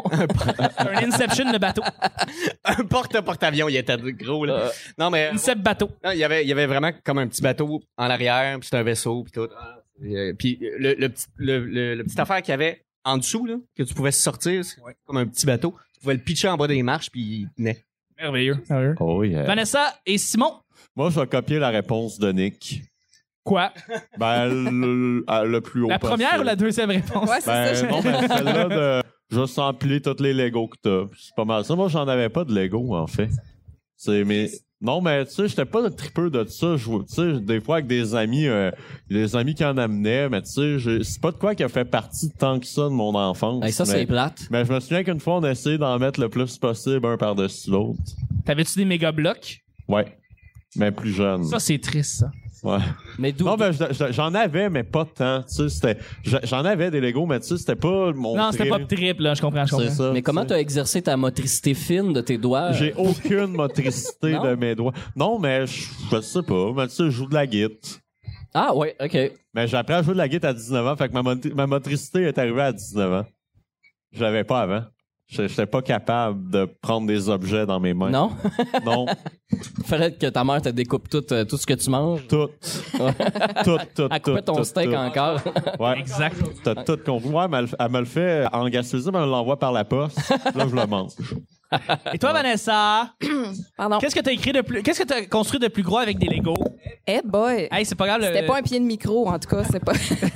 Un Inception de bateau. Un porte-porte-avion, il était gros, là. Non, mais... Incept bateau. Non, il y avait, il y avait vraiment comme un petit bateau en arrière, puis c'était un vaisseau, puis tout. Euh, puis le, le, petit, le, le, le petit affaire qu'il y avait en dessous, là, que tu pouvais sortir, c'est comme un petit bateau. Tu pouvais le pitcher en bas des marches, puis il tenait. Merveilleux. Oh yeah. Vanessa et Simon. Moi, je vais copier la réponse de Nick. Quoi? Ben, le, le- le plus haut La première possible. ou la deuxième réponse? Ouais, c'est Ben, ça. je- non, ben, celle-là de juste empiler toutes les Legos que t'as. C'est pas mal ça. Moi, j'en avais pas de Lego, en fait. C'est, mais, non, mais, tu sais, j'étais pas le tripeux de ça. Je, tu sais, des fois, avec des amis, euh, des amis qui en amenaient, mais tu sais, je- c'est pas de quoi qui a fait partie tant que ça de mon enfance. Hey, ça, mais, c'est plate. mais je me souviens qu'une fois, on a essayé d'en mettre le plus possible un par-dessus l'autre. T'avais-tu des méga blocs? Ouais. Mais plus jeune. Ça, c'est triste, ça. Ouais. Mais d'où? Non, ben, je- je- j'en avais, mais pas tant. Tu sais, c'était, je- j'en avais des Legos, mais tu sais, c'était pas mon Non, c'était pas trip. triple, là, je comprends, je comprends. C'est ça. Mais comment tu sais. t'as exercé ta motricité fine de tes doigts? J'ai aucune motricité Non? de mes doigts. Non, mais je, je sais pas. Mais tu sais, je joue de la guitare. Ah, ouais, OK. Mais j'ai appris à jouer de la guitare à dix-neuf ans, fait que ma, mot- ma motricité est arrivée à dix-neuf ans. Je l'avais pas avant. Je J'étais pas capable de prendre des objets dans mes mains. Non? Non. Fallait que ta mère te découpe tout, euh, tout ce que tu manges. Tout. tout, tout, Elle tout. coupait ton tout, steak tout. encore. Ouais. Exact. T'as tout compris. Ouais, mais elle, elle me le fait en Gaspésie, mais elle l'envoie par la poste. Là, je le mange. Et toi, Vanessa, Pardon. qu'est-ce que t'as écrit de plus, qu'est-ce que t'as construit de plus gros avec des Legos? Eh boy. Hey, c'est pas grave. le- C'était pas un pied de micro, en tout cas, c'est pas.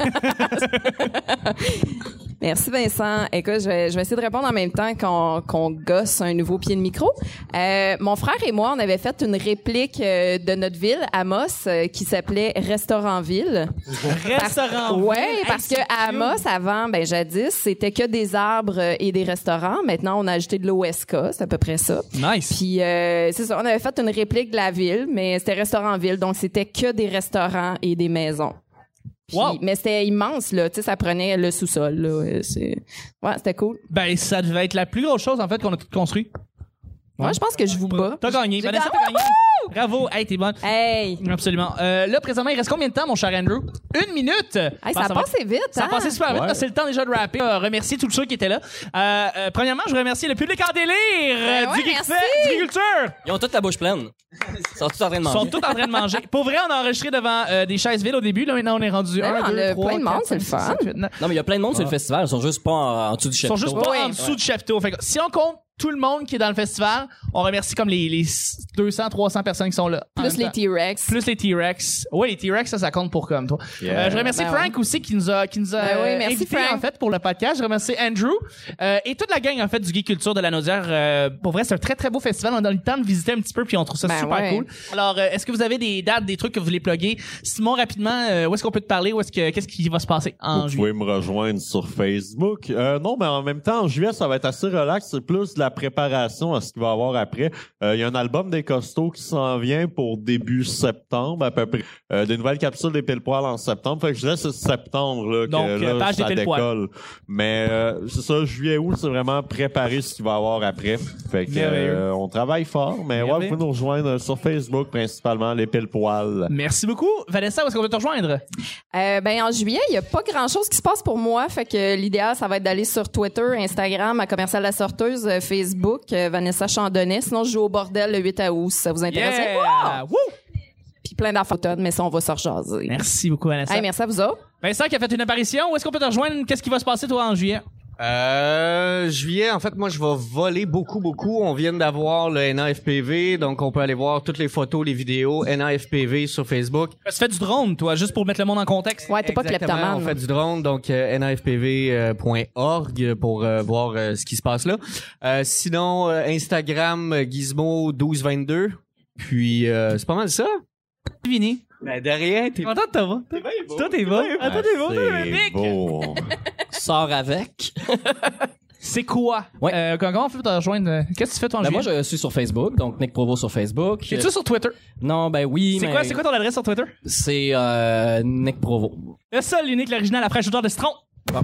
Merci Vincent. Écoute, je vais, je vais essayer de répondre en même temps qu'on qu'on gosse un nouveau pied de micro. Euh, mon frère et moi, on avait fait une réplique euh, de notre ville, Amos, euh, qui s'appelait Restaurant-Ville. Restaurant. Ouais, Hey, parce c'est que cute. à Amos, avant, ben jadis, c'était que des arbres euh, et des restaurants. Maintenant, on a ajouté de l'O S K, c'est à peu près ça. Nice. Puis euh, c'est ça, on avait fait une réplique de la ville, mais c'était restaurant-ville, donc c'était que des restaurants et des maisons. Puis- Wow. Mais c'était immense, là. Tu sais, ça prenait le sous-sol, là. Euh, C'est... Ouais, c'était cool. Ben, ça devait être la plus grosse chose, en fait, qu'on a tout construit. Moi, je pense que je vous bats. T'as gagné. J'ai Vanessa, gagné. t'as gagné. Bravo. Hey, t'es bonne. Hey! Absolument. Euh, là, présentement, il reste combien de temps, mon cher Andrew? Une minute. Hey, Bon, ça a va- passé vite, Ça a hein? passé super vite. Ouais. Là, c'est le temps déjà de rapper. Euh, remercier tous ceux qui étaient là. Euh, euh, premièrement, je remercie le public en délire euh, Ben ouais, du Geek merci. Fest, du Culture. Ils ont toute la bouche pleine. Ils sont tous en train de Ils manger. sont tous en train de manger. Pour vrai, on a enregistré devant euh, des chaises vides au début. Là, maintenant, on est rendu Ouais, un, on deux, a trois, plein de monde, quatre, c'est le cinq, fun. six, sept, huit, neuf. Non, mais il y a plein de monde sur le festival. Ils sont juste pas en, en dessous du Ils chapiteau. sont juste pas Ouais. en dessous du chapiteau. Fait que si on compte tout le monde qui est dans le festival, on remercie comme les, les deux cents, trois cents personnes qui sont là. en Plus même les temps. T-Rex. Plus les T-Rex. Oui, les T-Rex, ça, ça compte pour comme toi. Yeah. Euh, je remercie Ben Frank aussi qui nous a, qui nous a Ben oui, euh, merci, invités, Frank. en fait, pour le podcast. Je remercie Andrew euh, et toute la gang, en fait, du Geek Culture de la Naudière. Euh, pour vrai, c'est un très, très beau festival. On a eu le temps de visiter un petit peu puis on trouve ça Ben super ouais. cool. Alors, euh, est-ce que vous avez des dates, des trucs que vous voulez plugger? Simon, rapidement, euh, où est-ce qu'on peut te parler? Où est-ce que, qu'est-ce qui va se passer en Vous juillet? pouvez me rejoindre sur Facebook. Euh, non, mais en même temps, en juillet, ça va être assez relax. C'est plus de la préparation à ce qu'il va y avoir après. Euh, Il y a un album des costauds qui s'en vient pour début septembre, à peu près. Euh, des nouvelles capsules des pile-poils en septembre. Fait que je dirais que c'est septembre là, que Donc, euh, là, page des ça pile-poils. décolle. Mais euh, c'est ça, juillet, août, c'est vraiment préparer ce qu'il va y avoir après. Fait que Merveilleux. euh, on travaille fort. Mais ouais, vous Merveilleux. pouvez nous rejoindre sur Facebook, principalement les pile-poils. Merci beaucoup. Vanessa, où est-ce qu'on peut te rejoindre? Euh, ben en juillet, il y a pas grand-chose qui se passe pour moi, fait que l'idéal ça va être d'aller sur Twitter, Instagram, à Commercial La Sorteuse, euh, Facebook, euh, Vanessa Chandonnet. Sinon, je joue au bordel le huit août, si ça vous intéresse. Venez me voir! Woo! Puis plein d'enfants, mais ça on va se rejaser. Merci beaucoup, Vanessa. Hey, merci à vous autres. Vincent qui a fait une apparition. Où est-ce qu'on peut te rejoindre? Qu'est-ce qui va se passer, toi, en juillet? Euh, juillet, en fait, moi, je vais voler beaucoup, beaucoup. On vient d'avoir le N A F P V, donc on peut aller voir toutes les photos, les vidéos, N A F P V sur Facebook. Tu fais du drone, toi, juste pour mettre le monde en contexte. Ouais, t'es pas Exactement, kleptomane. on fait du drone, donc euh, N A F P V point org pour euh, voir euh, ce qui se passe là. Euh, sinon, euh, Instagram, euh, Gizmo douze vingt-deux. Puis, euh, c'est pas mal ça. Fini. Ben, de rien, t'es Content de te voir. T'es bien beau. Toi, t'es beau. Ah, toi, t'es beau. Toi, t'es C'est magnifique. beau. Sors avec. C'est quoi? Ouais. Euh, comment on fait pour te rejoindre? Qu'est-ce que tu fais, toi, en Ben, moi, juillet? je suis sur Facebook, donc Nick Provo sur Facebook. Es-tu sur Twitter? Non, ben oui, C'est mais quoi, c'est quoi ton adresse sur Twitter? C'est euh, Nick Provo. Le seul, l'unique, l'original, la fraîche odeur de citron.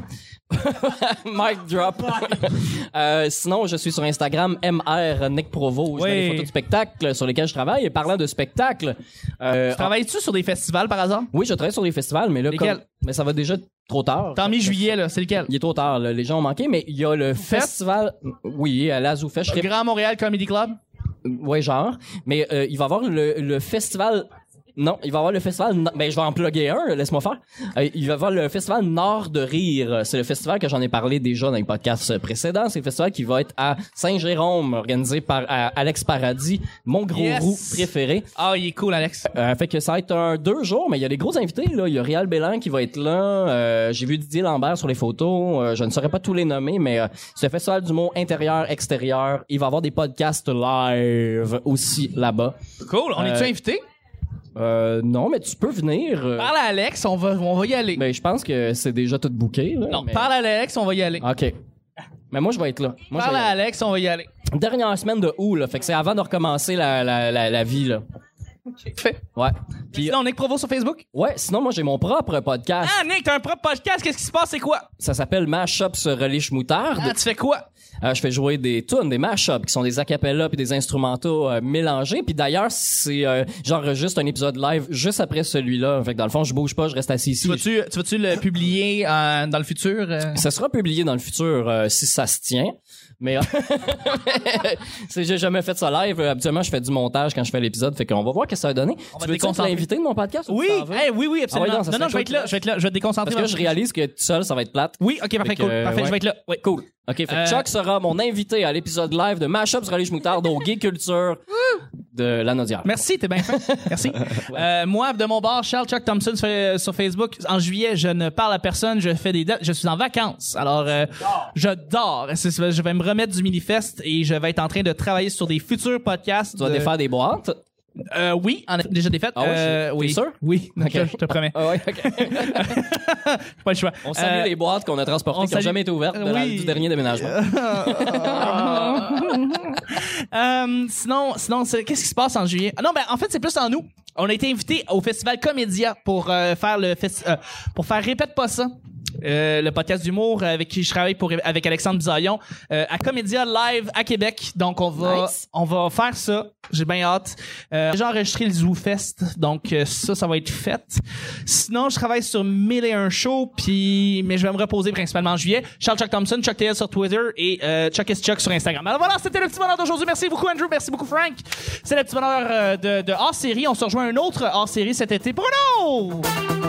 Mic drop. euh, sinon, je suis sur Instagram, M R Nick Provo. Je Oui. mets des photos de spectacles sur lesquels je travaille. Et parlant de spectacles, euh, Travailles-tu sur des festivals, par hasard? oui, je travaille sur des festivals, mais là, Lesquels? comme, mais ça va déjà trop tard. T'as mis juillet, là. C'est lequel? Il est trop tard, là. Les gens ont manqué, mais il y a le Fest? festival. Oui, à la Zoufest. Je Le serai- Grand Montréal Comedy Club? Ouais, genre. Mais euh, il va y avoir le, le festival. Non, il va y avoir le festival. No- Ben, je vais en plugger un, laisse-moi faire. Euh, il va y avoir le festival Nord de Rire. C'est le festival que j'en ai parlé déjà dans les podcasts précédents. C'est le festival qui va être à Saint-Jérôme, organisé par à Alex Paradis, mon gros Yes! roux préféré. Ah, il est cool, Alex. Euh, fait que ça va être un deux jours, mais il y a des gros invités, là. Il y a Réal Bélan qui va être là. Euh, j'ai vu Didier Lambert sur les photos. Euh, je ne saurais pas tous les nommer, mais euh, c'est un festival d'humour intérieur, extérieur. Il va y avoir des podcasts live aussi là-bas. Cool. On Euh, est-tu invité? Euh, non, mais tu peux venir. euh, Parle à Alex, on va, on va y aller. Ben, je pense que c'est déjà tout booké, là. non, mais- parle à Alex, on va y aller. OK. Mais moi, je vais être là. Moi, je Parle vais y à aller. Alex, on va y aller. Dernière semaine de août, là. Fait que c'est avant de recommencer la, la, la, la vie, là. Fait. Ouais. Puis, Sinon, Nick Provo sur Facebook. ouais, sinon, moi, j'ai mon propre podcast. Ah, Nick, t'as un propre podcast. Qu'est-ce qui se passe? C'est quoi? Ça s'appelle Mashup sur Relish Moutarde. Ah, tu fais quoi? Euh, je fais jouer des tunes, des mashups, qui sont des acapellas puis des instrumentaux euh, mélangés. Puis d'ailleurs, c'est euh, j'enregistre un épisode live juste après celui-là. Fait que dans le fond, je bouge pas, je reste assis ici. Tu vas-tu, tu vas-tu le publier euh, dans le futur? euh? Ça sera publié dans le futur euh, si ça se tient. Mais c'est j'ai jamais fait ça live. Euh, Habituellement, je fais du montage quand je fais l'épisode. Fait qu'on va voir ce que ça va donner. On va Tu te veux déconcentrer. l'invité de mon podcast? ou Oui, tu t'en vas? hey, oui, oui, absolument. Ah ouais, non, ça non, non, serait je vais être cool. là, je vais être là, je vais te déconcentrer. Parce que je réalise que tout seul, ça va être plate. Oui, ok, parfait, Fait que, cool. euh, Parfait, ouais. je vais être là. Oui. Cool. OK, fait que Euh, Chuck sera mon invité à l'épisode live de Mashup sur Relish Moutarde au Gay Culture de la Naudière. Merci, t'es bien fin. Merci. euh, moi, de mon bar, Charles Chuck Thompson sur, sur Facebook. En juillet, je ne parle à personne, je fais des dates, je suis en vacances. Alors, euh, je dors. C'est- Je vais me remettre du Minifest et je vais être en train de travailler sur des futurs podcasts. Tu vas de- défaire des boîtes. Euh, oui, en effet, déjà défaites. Ah ouais, euh, t'es oui. sûr? Oui, Ok. je, je te promets. Ah ouais, OK. Pas le choix. On salue Euh, les boîtes qu'on a transportées on qui n'ont salue- jamais été ouvertes de la- Oui. du dernier déménagement. Euh, sinon, sinon, c'est- qu'est-ce qui se passe en juillet? Ah non, ben en fait, c'est plus en nous. On a été invités au festival Comédia pour euh, faire le festi- euh, pour faire Répète pas ça. Euh, le podcast d'humour avec qui je travaille pour avec Alexandre Bisaillon euh, à Comédia live à Québec. Donc on va Nice. on va faire ça. J'ai bien hâte. Euh, j'ai enregistré le Zoo Fest, donc euh, ça ça va être fait. Sinon, je travaille sur mille et un shows, puis mais je vais me reposer principalement en juillet. Charles Chuck Thompson, Chuck T L sur Twitter et euh, Chuck is Chuck sur Instagram. Alors voilà, c'était le petit bonheur d'aujourd'hui. Merci beaucoup Andrew, merci beaucoup Frank. C'est le petit bonheur euh, de, de hors série. On se rejoint un autre hors série cet été. Bruno.